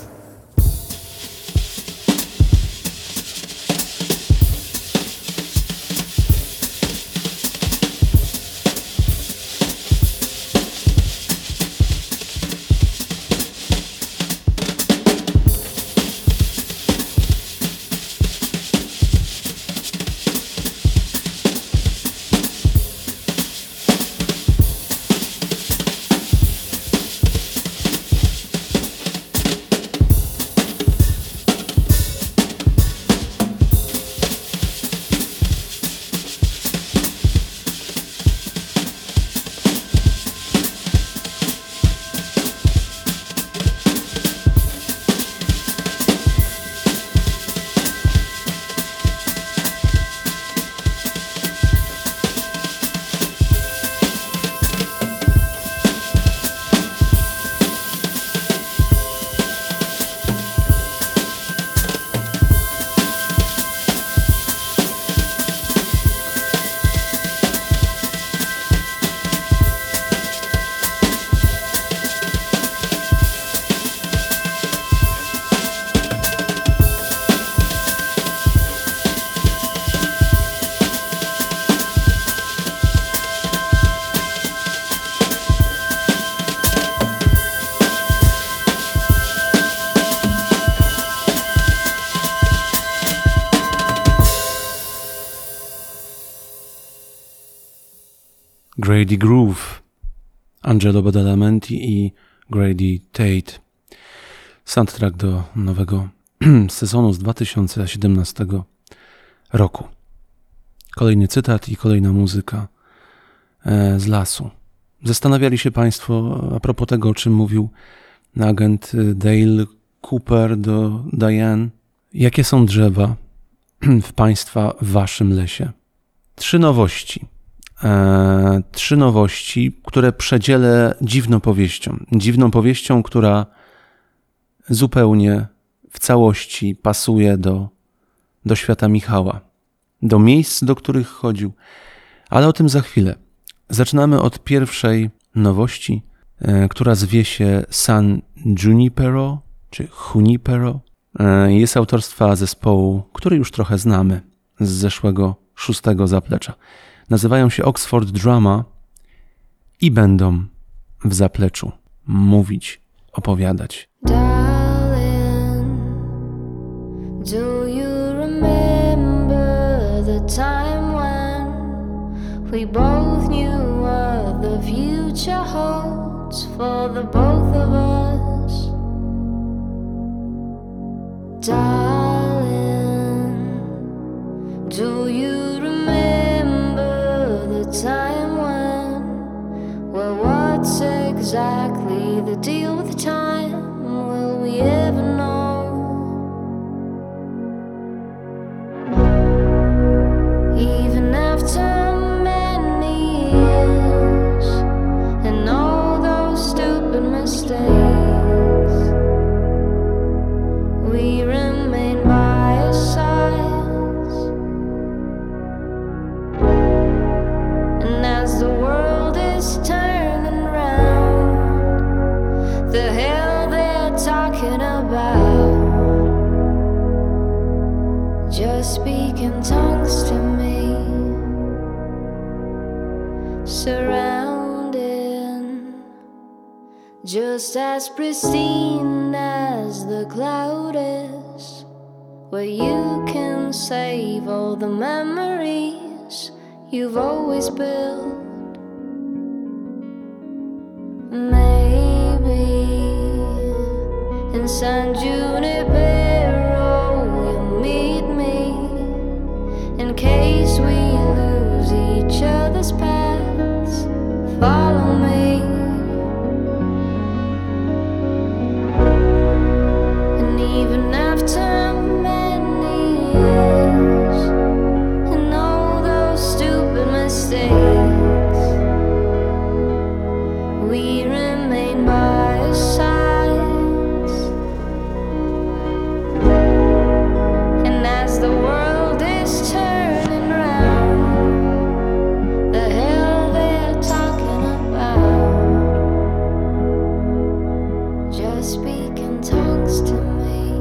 Grady Groove, Angelo Badalamenti i Grady Tate. Soundtrack do nowego sezonu z dwa tysiące siedemnastego roku. Kolejny cytat i kolejna muzyka z lasu. Zastanawiali się Państwo a propos tego, o czym mówił agent Dale Cooper do Diane. Jakie są drzewa w Państwa, w Waszym lesie? Trzy nowości. Eee, trzy nowości, które przedzielę dziwną powieścią. Dziwną powieścią, która zupełnie w całości pasuje do, do świata Michała. Do miejsc, do których chodził. Ale o tym za chwilę. Zaczynamy od pierwszej nowości, e, która zwie się San Junipero, czy Junipero. E, jest autorstwa zespołu, który już trochę znamy z zeszłego szóstego zaplecza. Nazywają się Oxford Drama i będą w zapleczu mówić, opowiadać. Darling, do you remember the time when we both knew what the future holds for the both of us? Darling, do you remember the time when, well, what's exactly the deal with time? Will we ever know? Even after many years and all those stupid mistakes, we remain by our sides. And as the world is turning round, the hell they're talking about just speak in tongues to me, surrounding, just as pristine as the cloud is, where you can save all the memories you've always built. Maybe in San Junipero you'll meet me, in case we lose each other's paths. Follow me, and even after many years and all those stupid mistakes, we remain by our sides. And as the world is turning round, the hell they're talking about just speak in tongues to me.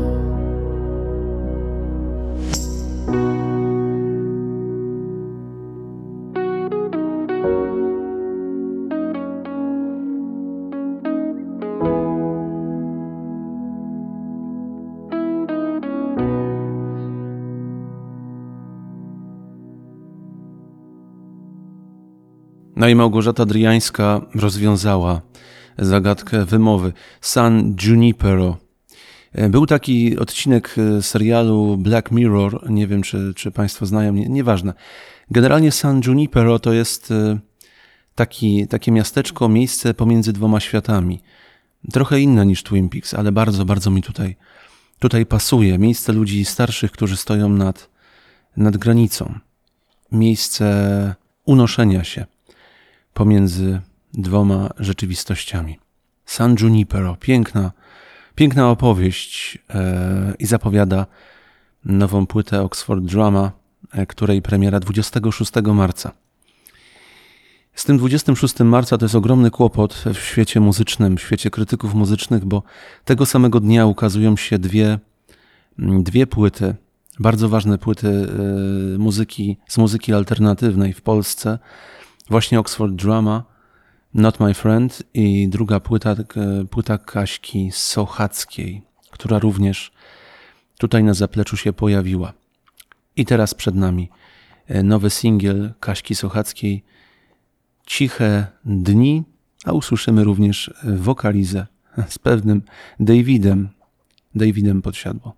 No i Małgorzata Dryjańska rozwiązała zagadkę wymowy. San Junipero. Był taki odcinek serialu Black Mirror, nie wiem czy, czy Państwo znają, nie, nieważne. Generalnie San Junipero to jest taki, takie miasteczko, miejsce pomiędzy dwoma światami. Trochę inne niż Twin Peaks, ale bardzo, bardzo mi tutaj, tutaj pasuje. Miejsce ludzi starszych, którzy stoją nad, nad granicą. Miejsce unoszenia się pomiędzy dwoma rzeczywistościami. San Junipero, piękna, piękna opowieść e, i zapowiada nową płytę Oxford Drama, e, której premiera dwudziestego szóstego marca. Z tym dwudziestego szóstego marca to jest ogromny kłopot w świecie muzycznym, w świecie krytyków muzycznych, bo tego samego dnia ukazują się dwie, dwie płyty, bardzo ważne płyty e, muzyki, z muzyki alternatywnej w Polsce. Właśnie Oxford Drama, Not My Friend i druga płyta, płyta Kaśki Sochackiej, która również tutaj na zapleczu się pojawiła. I teraz przed nami nowy singiel Kaśki Sochackiej, Ciche dni, a usłyszymy również wokalizę z pewnym Davidem, Davidem Podsiadło.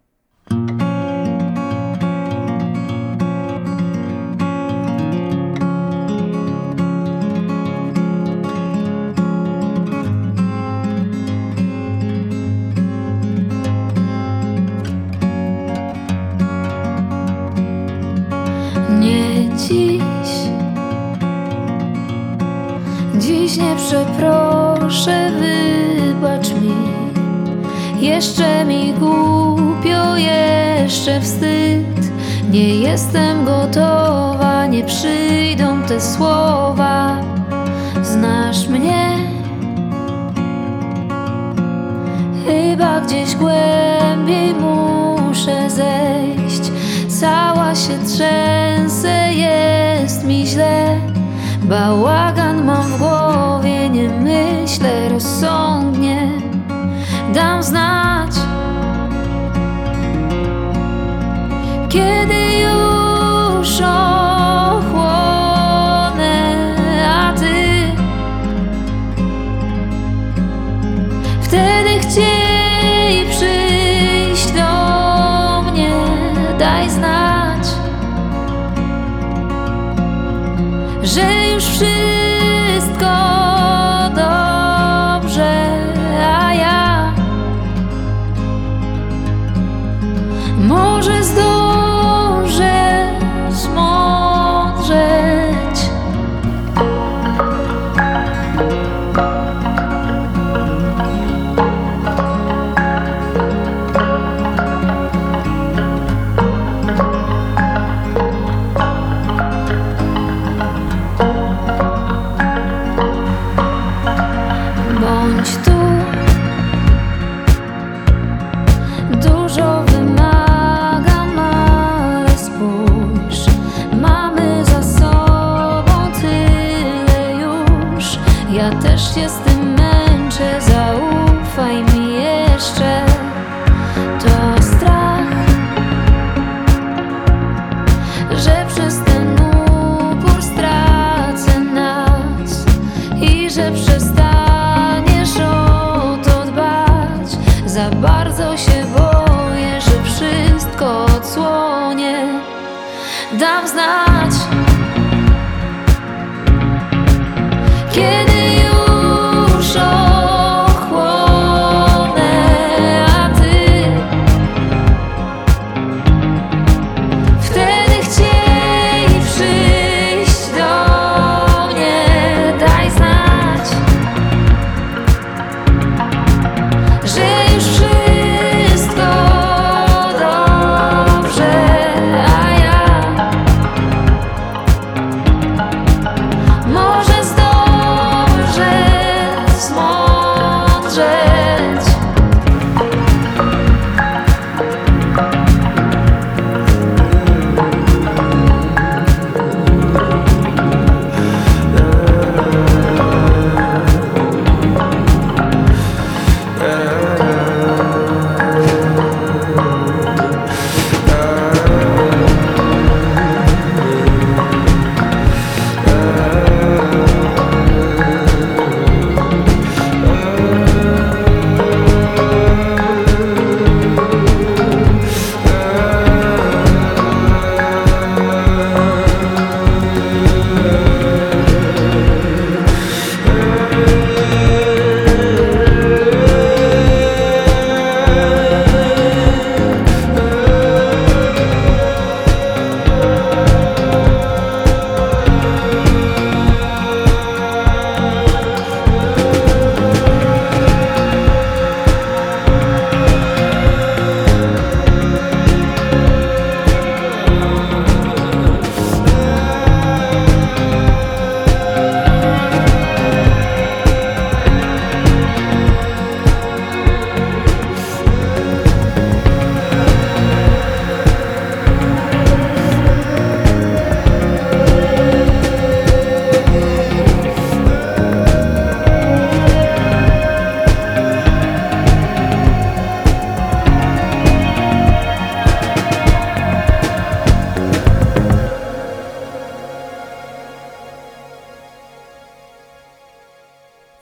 Nie dziś, dziś nie przeproszę, wybacz mi. Jeszcze mi głupio, jeszcze wstyd. Nie jestem gotowa, nie przyjdą te słowa. Znasz mnie? Chyba gdzieś głębiej muszę zejść. Cała się trzęsę, jest mi źle. Bałagan mam w głowie, nie myślę rozsądnie. Dam znać, kiedy już ochłonę, a ty wtedy chciej przyjść do mnie. Daj znać, że już wszystko dobrze, a ja może zdążę zmądrzeć. Bądź tu, dużo wymagam, ale spójrz, mamy za sobą tyle już. Ja też się z tym męczę, zaufaj mi jeszcze. To strach, że przez ten upór stracę nas i że przestaniesz o to dbać. Za bardzo się boję, że wszystko odsłonię. Dam znać, kiedy już ochłonę, a ty wtedy chciej przyjść do mnie. Daj znać, że już wszystko dobrze, a ja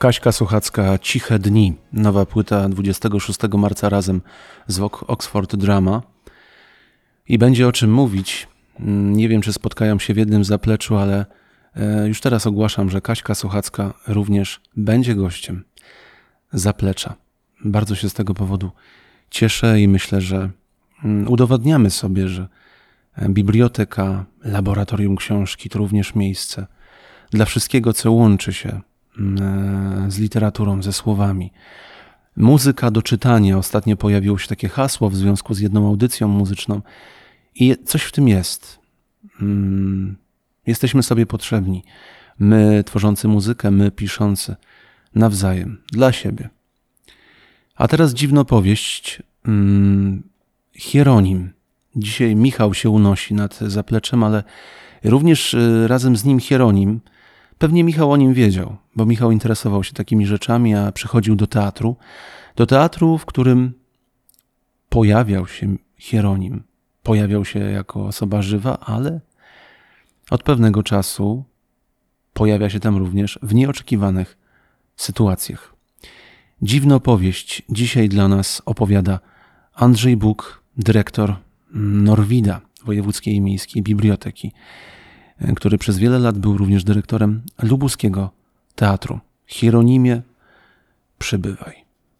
Kaśka Sochacka, Ciche dni. Nowa płyta dwudziestego szóstego marca razem z Oxford Drama. I będzie o czym mówić. Nie wiem, czy spotkają się w jednym zapleczu, ale już teraz ogłaszam, że Kaśka Sochacka również będzie gościem zaplecza. Bardzo się z tego powodu cieszę i myślę, że udowadniamy sobie, że biblioteka, laboratorium książki to również miejsce dla wszystkiego, co łączy się z literaturą, ze słowami. Muzyka do czytania. Ostatnio pojawiło się takie hasło w związku z jedną audycją muzyczną i coś w tym jest. Jesteśmy sobie potrzebni. My tworzący muzykę, my piszący nawzajem, dla siebie. A teraz dziwna powieść. Hieronim. Dzisiaj Michał się unosi nad zapleczem, ale również razem z nim Hieronim. Pewnie Michał o nim wiedział, bo Michał interesował się takimi rzeczami, a przychodził do teatru. Do teatru, w którym pojawiał się Hieronim. Pojawiał się jako osoba żywa, ale od pewnego czasu pojawia się tam również w nieoczekiwanych sytuacjach. Dziwną powieść dzisiaj dla nas opowiada Andrzej Buk, dyrektor Norwida, Wojewódzkiej i Miejskiej Biblioteki, który przez wiele lat był również dyrektorem lubuskiego teatru. Hieronimie, przybywaj.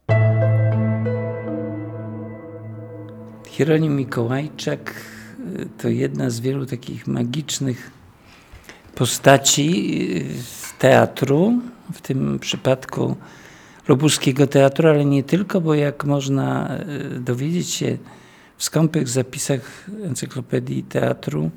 Hieronim Mikołajczak to jedna z wielu takich magicznych postaci teatru, w tym przypadku lubuskiego teatru, ale nie tylko, bo jak można dowiedzieć się w skąpych zapisach Encyklopedii Teatru,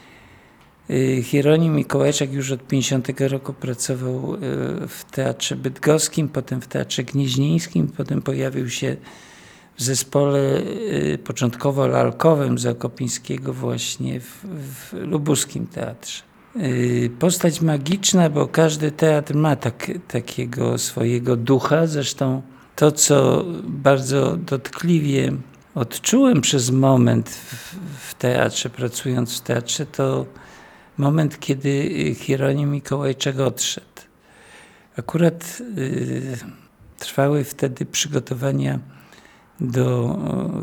Hieronim Mikołajczak już od pięćdziesiątego roku pracował w Teatrze Bydgoskim, potem w Teatrze Gnieźnieńskim, potem pojawił się w zespole początkowo lalkowym Zakopińskiego właśnie w, w lubuskim teatrze. Postać magiczna, bo każdy teatr ma tak, takiego swojego ducha. Zresztą to, co bardzo dotkliwie odczułem przez moment w, w teatrze, pracując w teatrze, to moment, kiedy Hieronim Mikołajczak odszedł. Akurat y, trwały wtedy przygotowania do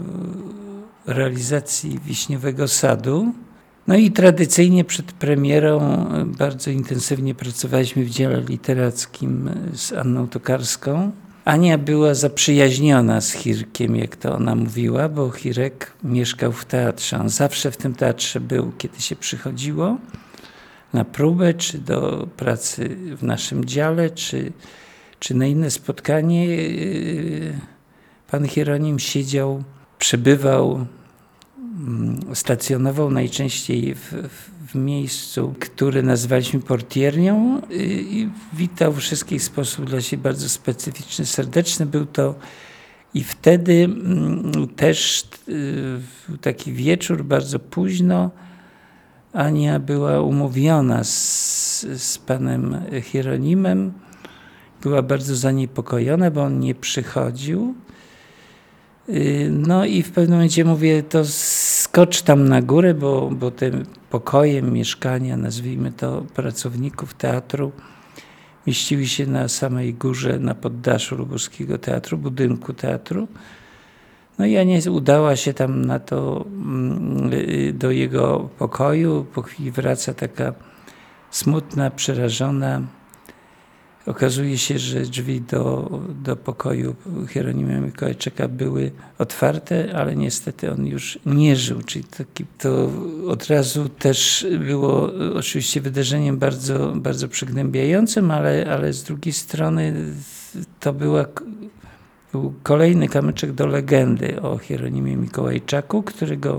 y, realizacji Wiśniowego Sadu. No i tradycyjnie przed premierą bardzo intensywnie pracowaliśmy w dziale literackim z Anną Tokarską. Ania była zaprzyjaźniona z Hirkiem, jak to ona mówiła, bo Hirek mieszkał w teatrze. On zawsze w tym teatrze był, kiedy się przychodziło na próbę, czy do pracy w naszym dziale, czy, czy na inne spotkanie. Pan Hieronim siedział, przebywał, stacjonował najczęściej w, w miejscu, które nazywaliśmy portiernią i witał wszystkich w sposób dla siebie bardzo specyficzny, serdeczny. Był to i wtedy też taki wieczór bardzo późno Ania była umówiona z, z panem Hieronimem. Była bardzo zaniepokojona, bo on nie przychodził. No i w pewnym momencie mówię, to skocz tam na górę, bo, bo te pokoje, mieszkania, nazwijmy to, pracowników teatru mieściły się na samej górze, na poddaszu lubuskiego teatru, budynku teatru. No i Ania udała się tam na to, do jego pokoju. Po chwili wraca taka smutna, przerażona. Okazuje się, że drzwi do, do pokoju Hieronima Mikołajczaka były otwarte, ale niestety on już nie żył. Czyli taki, to od razu też było oczywiście wydarzeniem bardzo, bardzo przygnębiającym, ale, ale z drugiej strony to była, był kolejny kamyczek do legendy o Hieronimie Mikołajczaku, którego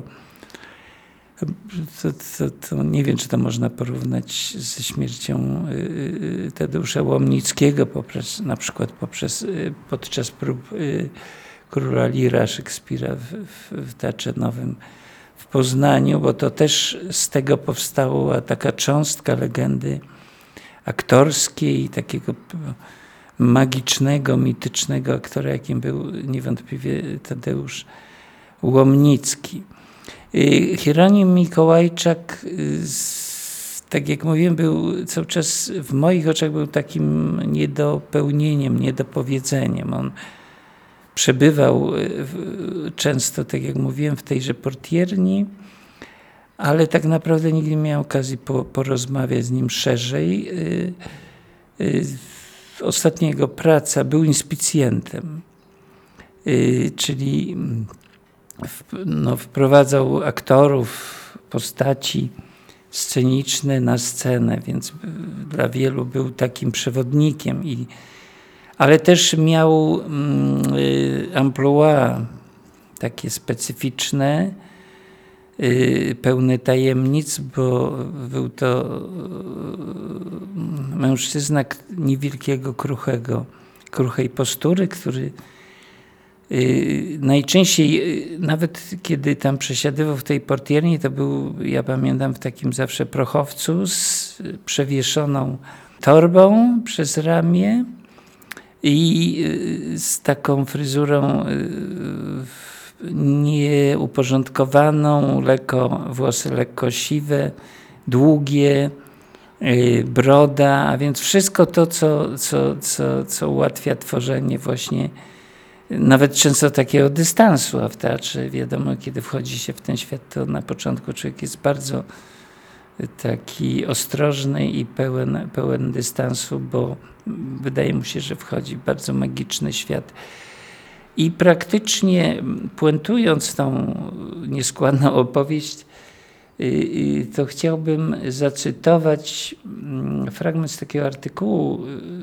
To, to, to nie wiem, czy to można porównać ze śmiercią Tadeusza Łomnickiego, poprzez, na przykład poprzez, podczas prób Króla Lira Szekspira w, w, w Teatrze Nowym w Poznaniu, bo to też z tego powstała taka cząstka legendy aktorskiej, takiego magicznego, mitycznego aktora, jakim był niewątpliwie Tadeusz Łomnicki. Hieronim Mikołajczak tak jak mówiłem, był cały czas w moich oczach był takim niedopełnieniem, niedopowiedzeniem. On przebywał często, tak jak mówiłem, w tejże portierni, ale tak naprawdę nigdy nie miałem okazji po, porozmawiać z nim szerzej. Ostatnia jego praca był inspicjentem, czyli no, wprowadzał aktorów, postaci sceniczne na scenę, więc dla wielu był takim przewodnikiem. I, ale też miał y, emploi takie specyficzne, y, pełne tajemnic, bo był to y, mężczyzna niewielkiego, kruchego, kruchej postury, który y, najczęściej, y, nawet kiedy tam przesiadywał w tej portierni, to był, ja pamiętam, w takim zawsze prochowcu z przewieszoną torbą przez ramię i y, z taką fryzurą y, nieuporządkowaną, lekko, włosy lekko siwe, długie, y, broda, a więc wszystko to, co, co, co, co ułatwia tworzenie właśnie nawet często takiego dystansu, a w teatrze wiadomo, kiedy wchodzi się w ten świat, to na początku człowiek jest bardzo taki ostrożny i pełen, pełen dystansu, bo wydaje mu się, że wchodzi w bardzo magiczny świat. I praktycznie puentując tą nieskładną opowieść, to chciałbym zacytować fragment z takiego artykułu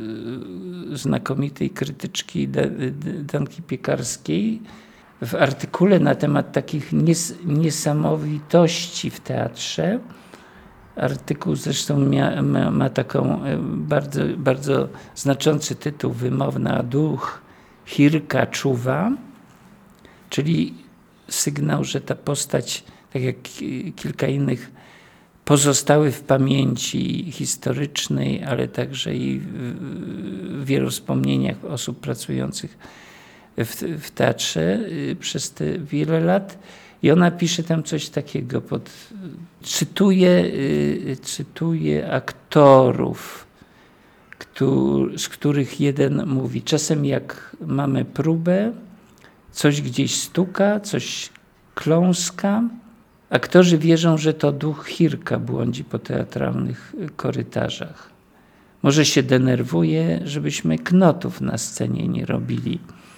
znakomitej krytyczki Danki Piekarskiej w artykule na temat takich nies niesamowitości w teatrze. Artykuł zresztą mia, ma, ma taką bardzo, bardzo znaczący tytuł wymowny, a duch Hirka czuwa, czyli sygnał, że ta postać, tak jak kilka innych, pozostały w pamięci historycznej, ale także i w wielu wspomnieniach osób pracujących w, w teatrze przez te wiele lat. I ona pisze tam coś takiego, pod, cytuje, cytuje aktorów, którzy, z których jeden mówi: czasem jak mamy próbę, coś gdzieś stuka, coś kląska. Aktorzy wierzą, że to duch Hirka błądzi po teatralnych korytarzach. Może się denerwuje, żebyśmy knotów na scenie nie robili.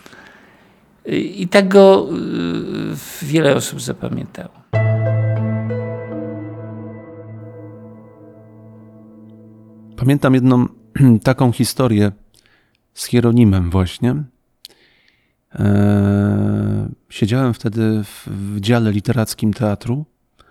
I tak go wiele osób zapamiętało. Pamiętam jedną taką historię z Hieronimem właśnie. Eee, siedziałem wtedy w, w dziale literackim teatru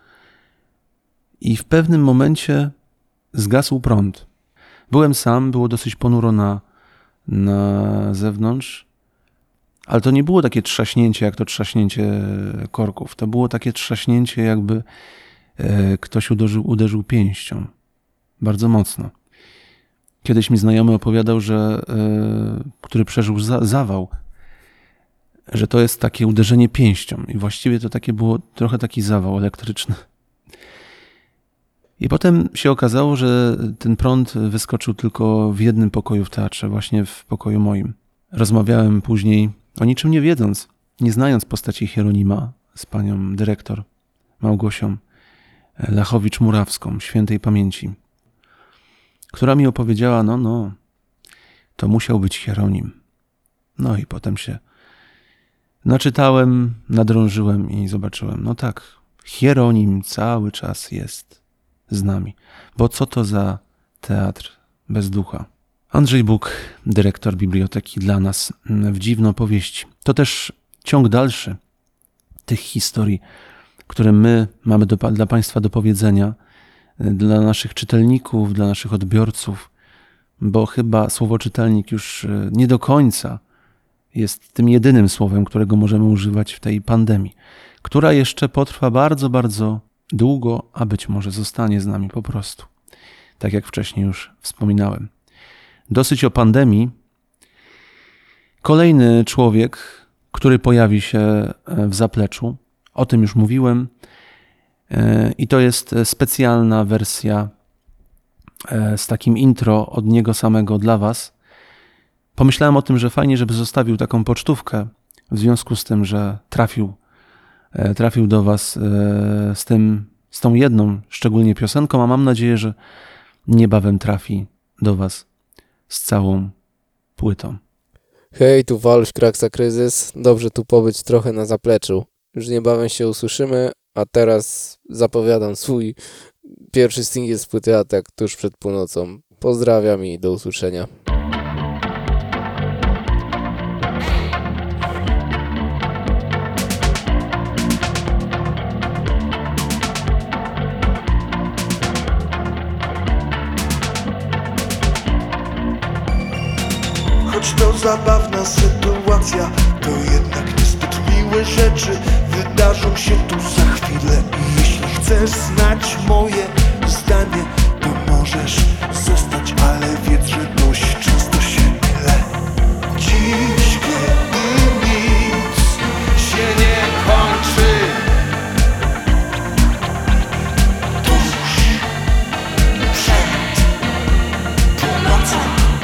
i w pewnym momencie zgasł prąd. Byłem sam, było dosyć ponuro na, na zewnątrz, ale to nie było takie trzaśnięcie jak to trzaśnięcie korków. To było takie trzaśnięcie, jakby e, ktoś uderzył, uderzył pięścią. Bardzo mocno. Kiedyś mi znajomy opowiadał, że e, który przeżył za, zawał, że to jest takie uderzenie pięścią. I właściwie to takie było trochę taki zawał elektryczny. I potem się okazało, że ten prąd wyskoczył tylko w jednym pokoju w teatrze, właśnie w pokoju moim. Rozmawiałem później, o niczym nie wiedząc, nie znając postaci Hieronima, z panią dyrektor Małgosią Lachowicz-Murawską, świętej pamięci, która mi opowiedziała, no, no, to musiał być Hieronim. No i potem się naczytałem, nadrążyłem i zobaczyłem, no tak, Hieronim cały czas jest z nami. Bo co to za teatr bez ducha? Andrzej Buk, dyrektor biblioteki dla nas w Dziwną powieści. To też ciąg dalszy tych historii, które my mamy do, dla Państwa do powiedzenia, dla naszych czytelników, dla naszych odbiorców, bo chyba słowo czytelnik już nie do końca jest tym jedynym słowem, którego możemy używać w tej pandemii, która jeszcze potrwa bardzo, bardzo długo, a być może zostanie z nami po prostu. Tak jak wcześniej już wspominałem. Dosyć o pandemii. Kolejny człowiek, który pojawi się w zapleczu, o tym już mówiłem, i to jest specjalna wersja z takim intro od niego samego dla was. Pomyślałem o tym, że fajnie, żeby zostawił taką pocztówkę w związku z tym, że trafił, trafił do was z tym, z tą jedną szczególnie piosenką, a mam nadzieję, że niebawem trafi do was z całą płytą. Hej, tu Waluś, Kraksa Kryzys. Dobrze tu pobyć trochę na zapleczu. Już niebawem się usłyszymy, a teraz zapowiadam swój pierwszy singiel z płyty Atak tuż przed północą. Pozdrawiam i do usłyszenia. Choć to zabawna sytuacja, to jednak niezbyt miłe rzeczy wydarzą się tu za chwilę. I jeśli chcesz znać moje zdanie, to możesz zostać, ale wiedz, że dość często się mylę. Dziś, kiedy nic się nie kończy, tuż przed północą.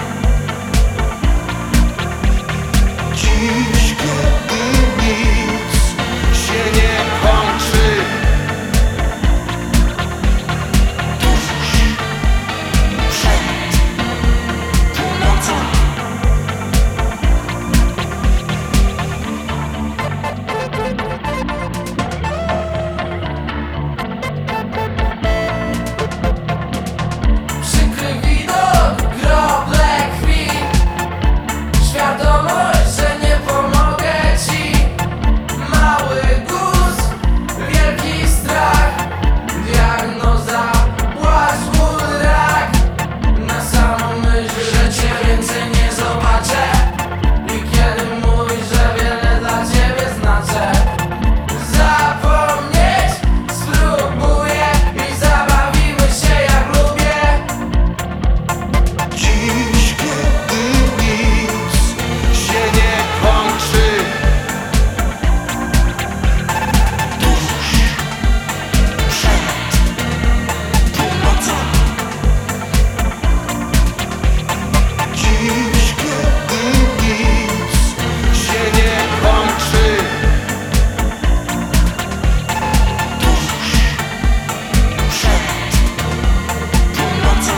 Dziś, kiedy nic się nie kończy, tuż przed północą. Przykry widok, krople krwi, świadomość, że nie pomogę ci. Mały guz, wielki strach, diagnoza, płacz, ból, rak. Na samą myśl, że cię więcej nie zobaczę. I kiedy mówisz, że wiele dla ciebie znaczę, zapomnieć spróbuję i zabawimy się jak lubię. Dziś, kiedy nic się nie kończy, tuż przed północą. Dziś, kiedy nic się nie kończy, tuż przed północą.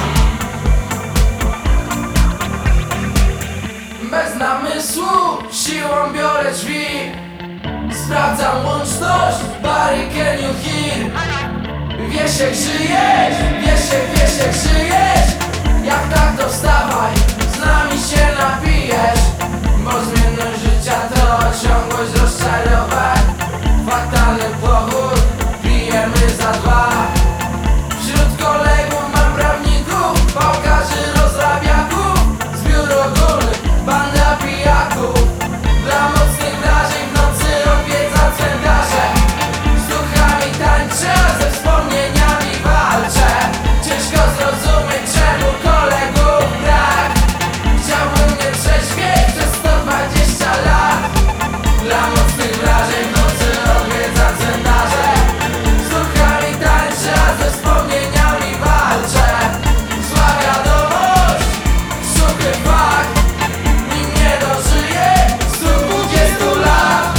Bez namysłu, siłą biorę drzwi. Sprawdzam łączność, Barry, can you hear? Wiesiek, żyjesz, Wiesiek, Wiesiek, żyjesz. Jak tak, to wstawaj, z nami się napijesz. Bo zmienność życia to ciągłość rozczarowań. Fatalny pochód, pijemy za dwa. Wśród kolegów mam prawników, pałkarzy, rozrabiaków. Zbiór ogólny, banda pijaków. Dla mocnych wrażeń w nocy odwiedza cmentarze. Z duchami tańczę, ze wspomnieniami walczę. Ciężko zrozumieć, czemu kolegów brak. Chciałbym nie trzeźwieć przez sto dwadzieścia lat. Dla mocnych wrażeń w nocy odwiedza cmentarze. Z duchami tańczę, ze wspomnieniami walczę. Zła wiadomość, suchy fakt. Nim nie dożyję stu dwudziestu lat.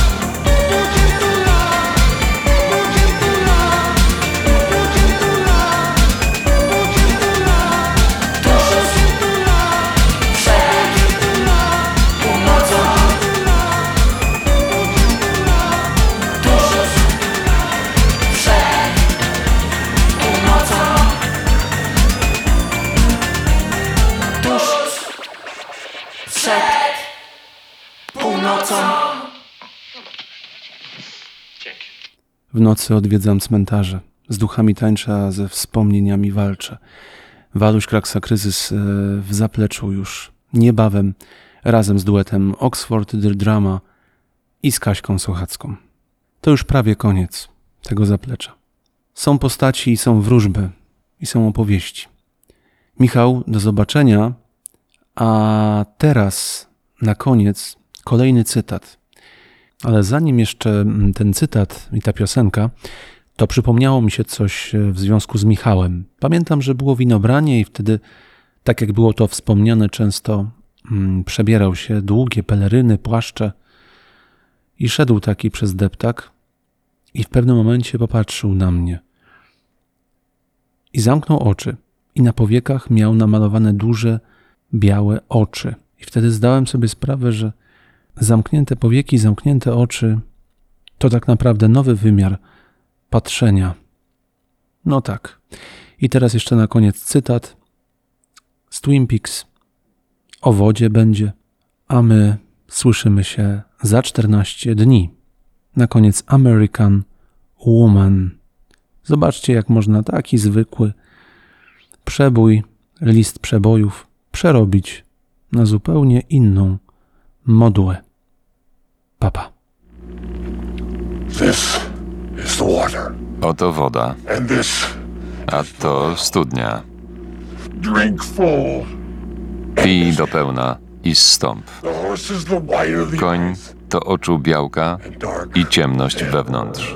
Tuż przed północą. Tuż przed północą. Tuż przed północą. W nocy odwiedzam cmentarze, z duchami tańczę, a ze wspomnieniami walczę. Waluś, Kraksa Kryzys w zapleczu już niebawem, razem z duetem Oxford The Drama i z Kaśką Sochacką. To już prawie koniec tego zaplecza. Są postaci i są wróżby i są opowieści. Michał, do zobaczenia, a teraz na koniec kolejny cytat. Ale zanim jeszcze ten cytat i ta piosenka, to przypomniało mi się coś w związku z Michałem. Pamiętam, że było winobranie i wtedy, tak jak było to wspomniane, często mm, przebierał się długie peleryny, płaszcze i szedł taki przez deptak i w pewnym momencie popatrzył na mnie i zamknął oczy i na powiekach miał namalowane duże, białe oczy. I wtedy zdałem sobie sprawę, że zamknięte powieki, zamknięte oczy to tak naprawdę nowy wymiar patrzenia. No tak. I teraz jeszcze na koniec cytat z Twin Peaks. O wodzie będzie, a my słyszymy się za czternaście dni. Na koniec American Woman. Zobaczcie, jak można taki zwykły przebój, list przebojów przerobić na zupełnie inną modułę. Papa. This is the water. Oto woda, And this, a to studnia. drink full. Pij do pełna i zstąp. The horse is the white of the Koń eyes, to oczu białka and dark. i ciemność wewnątrz.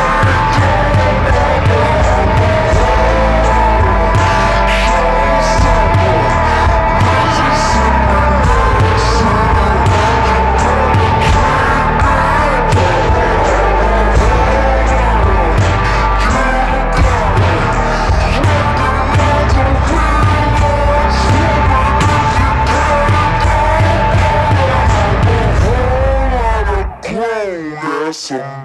Stop. some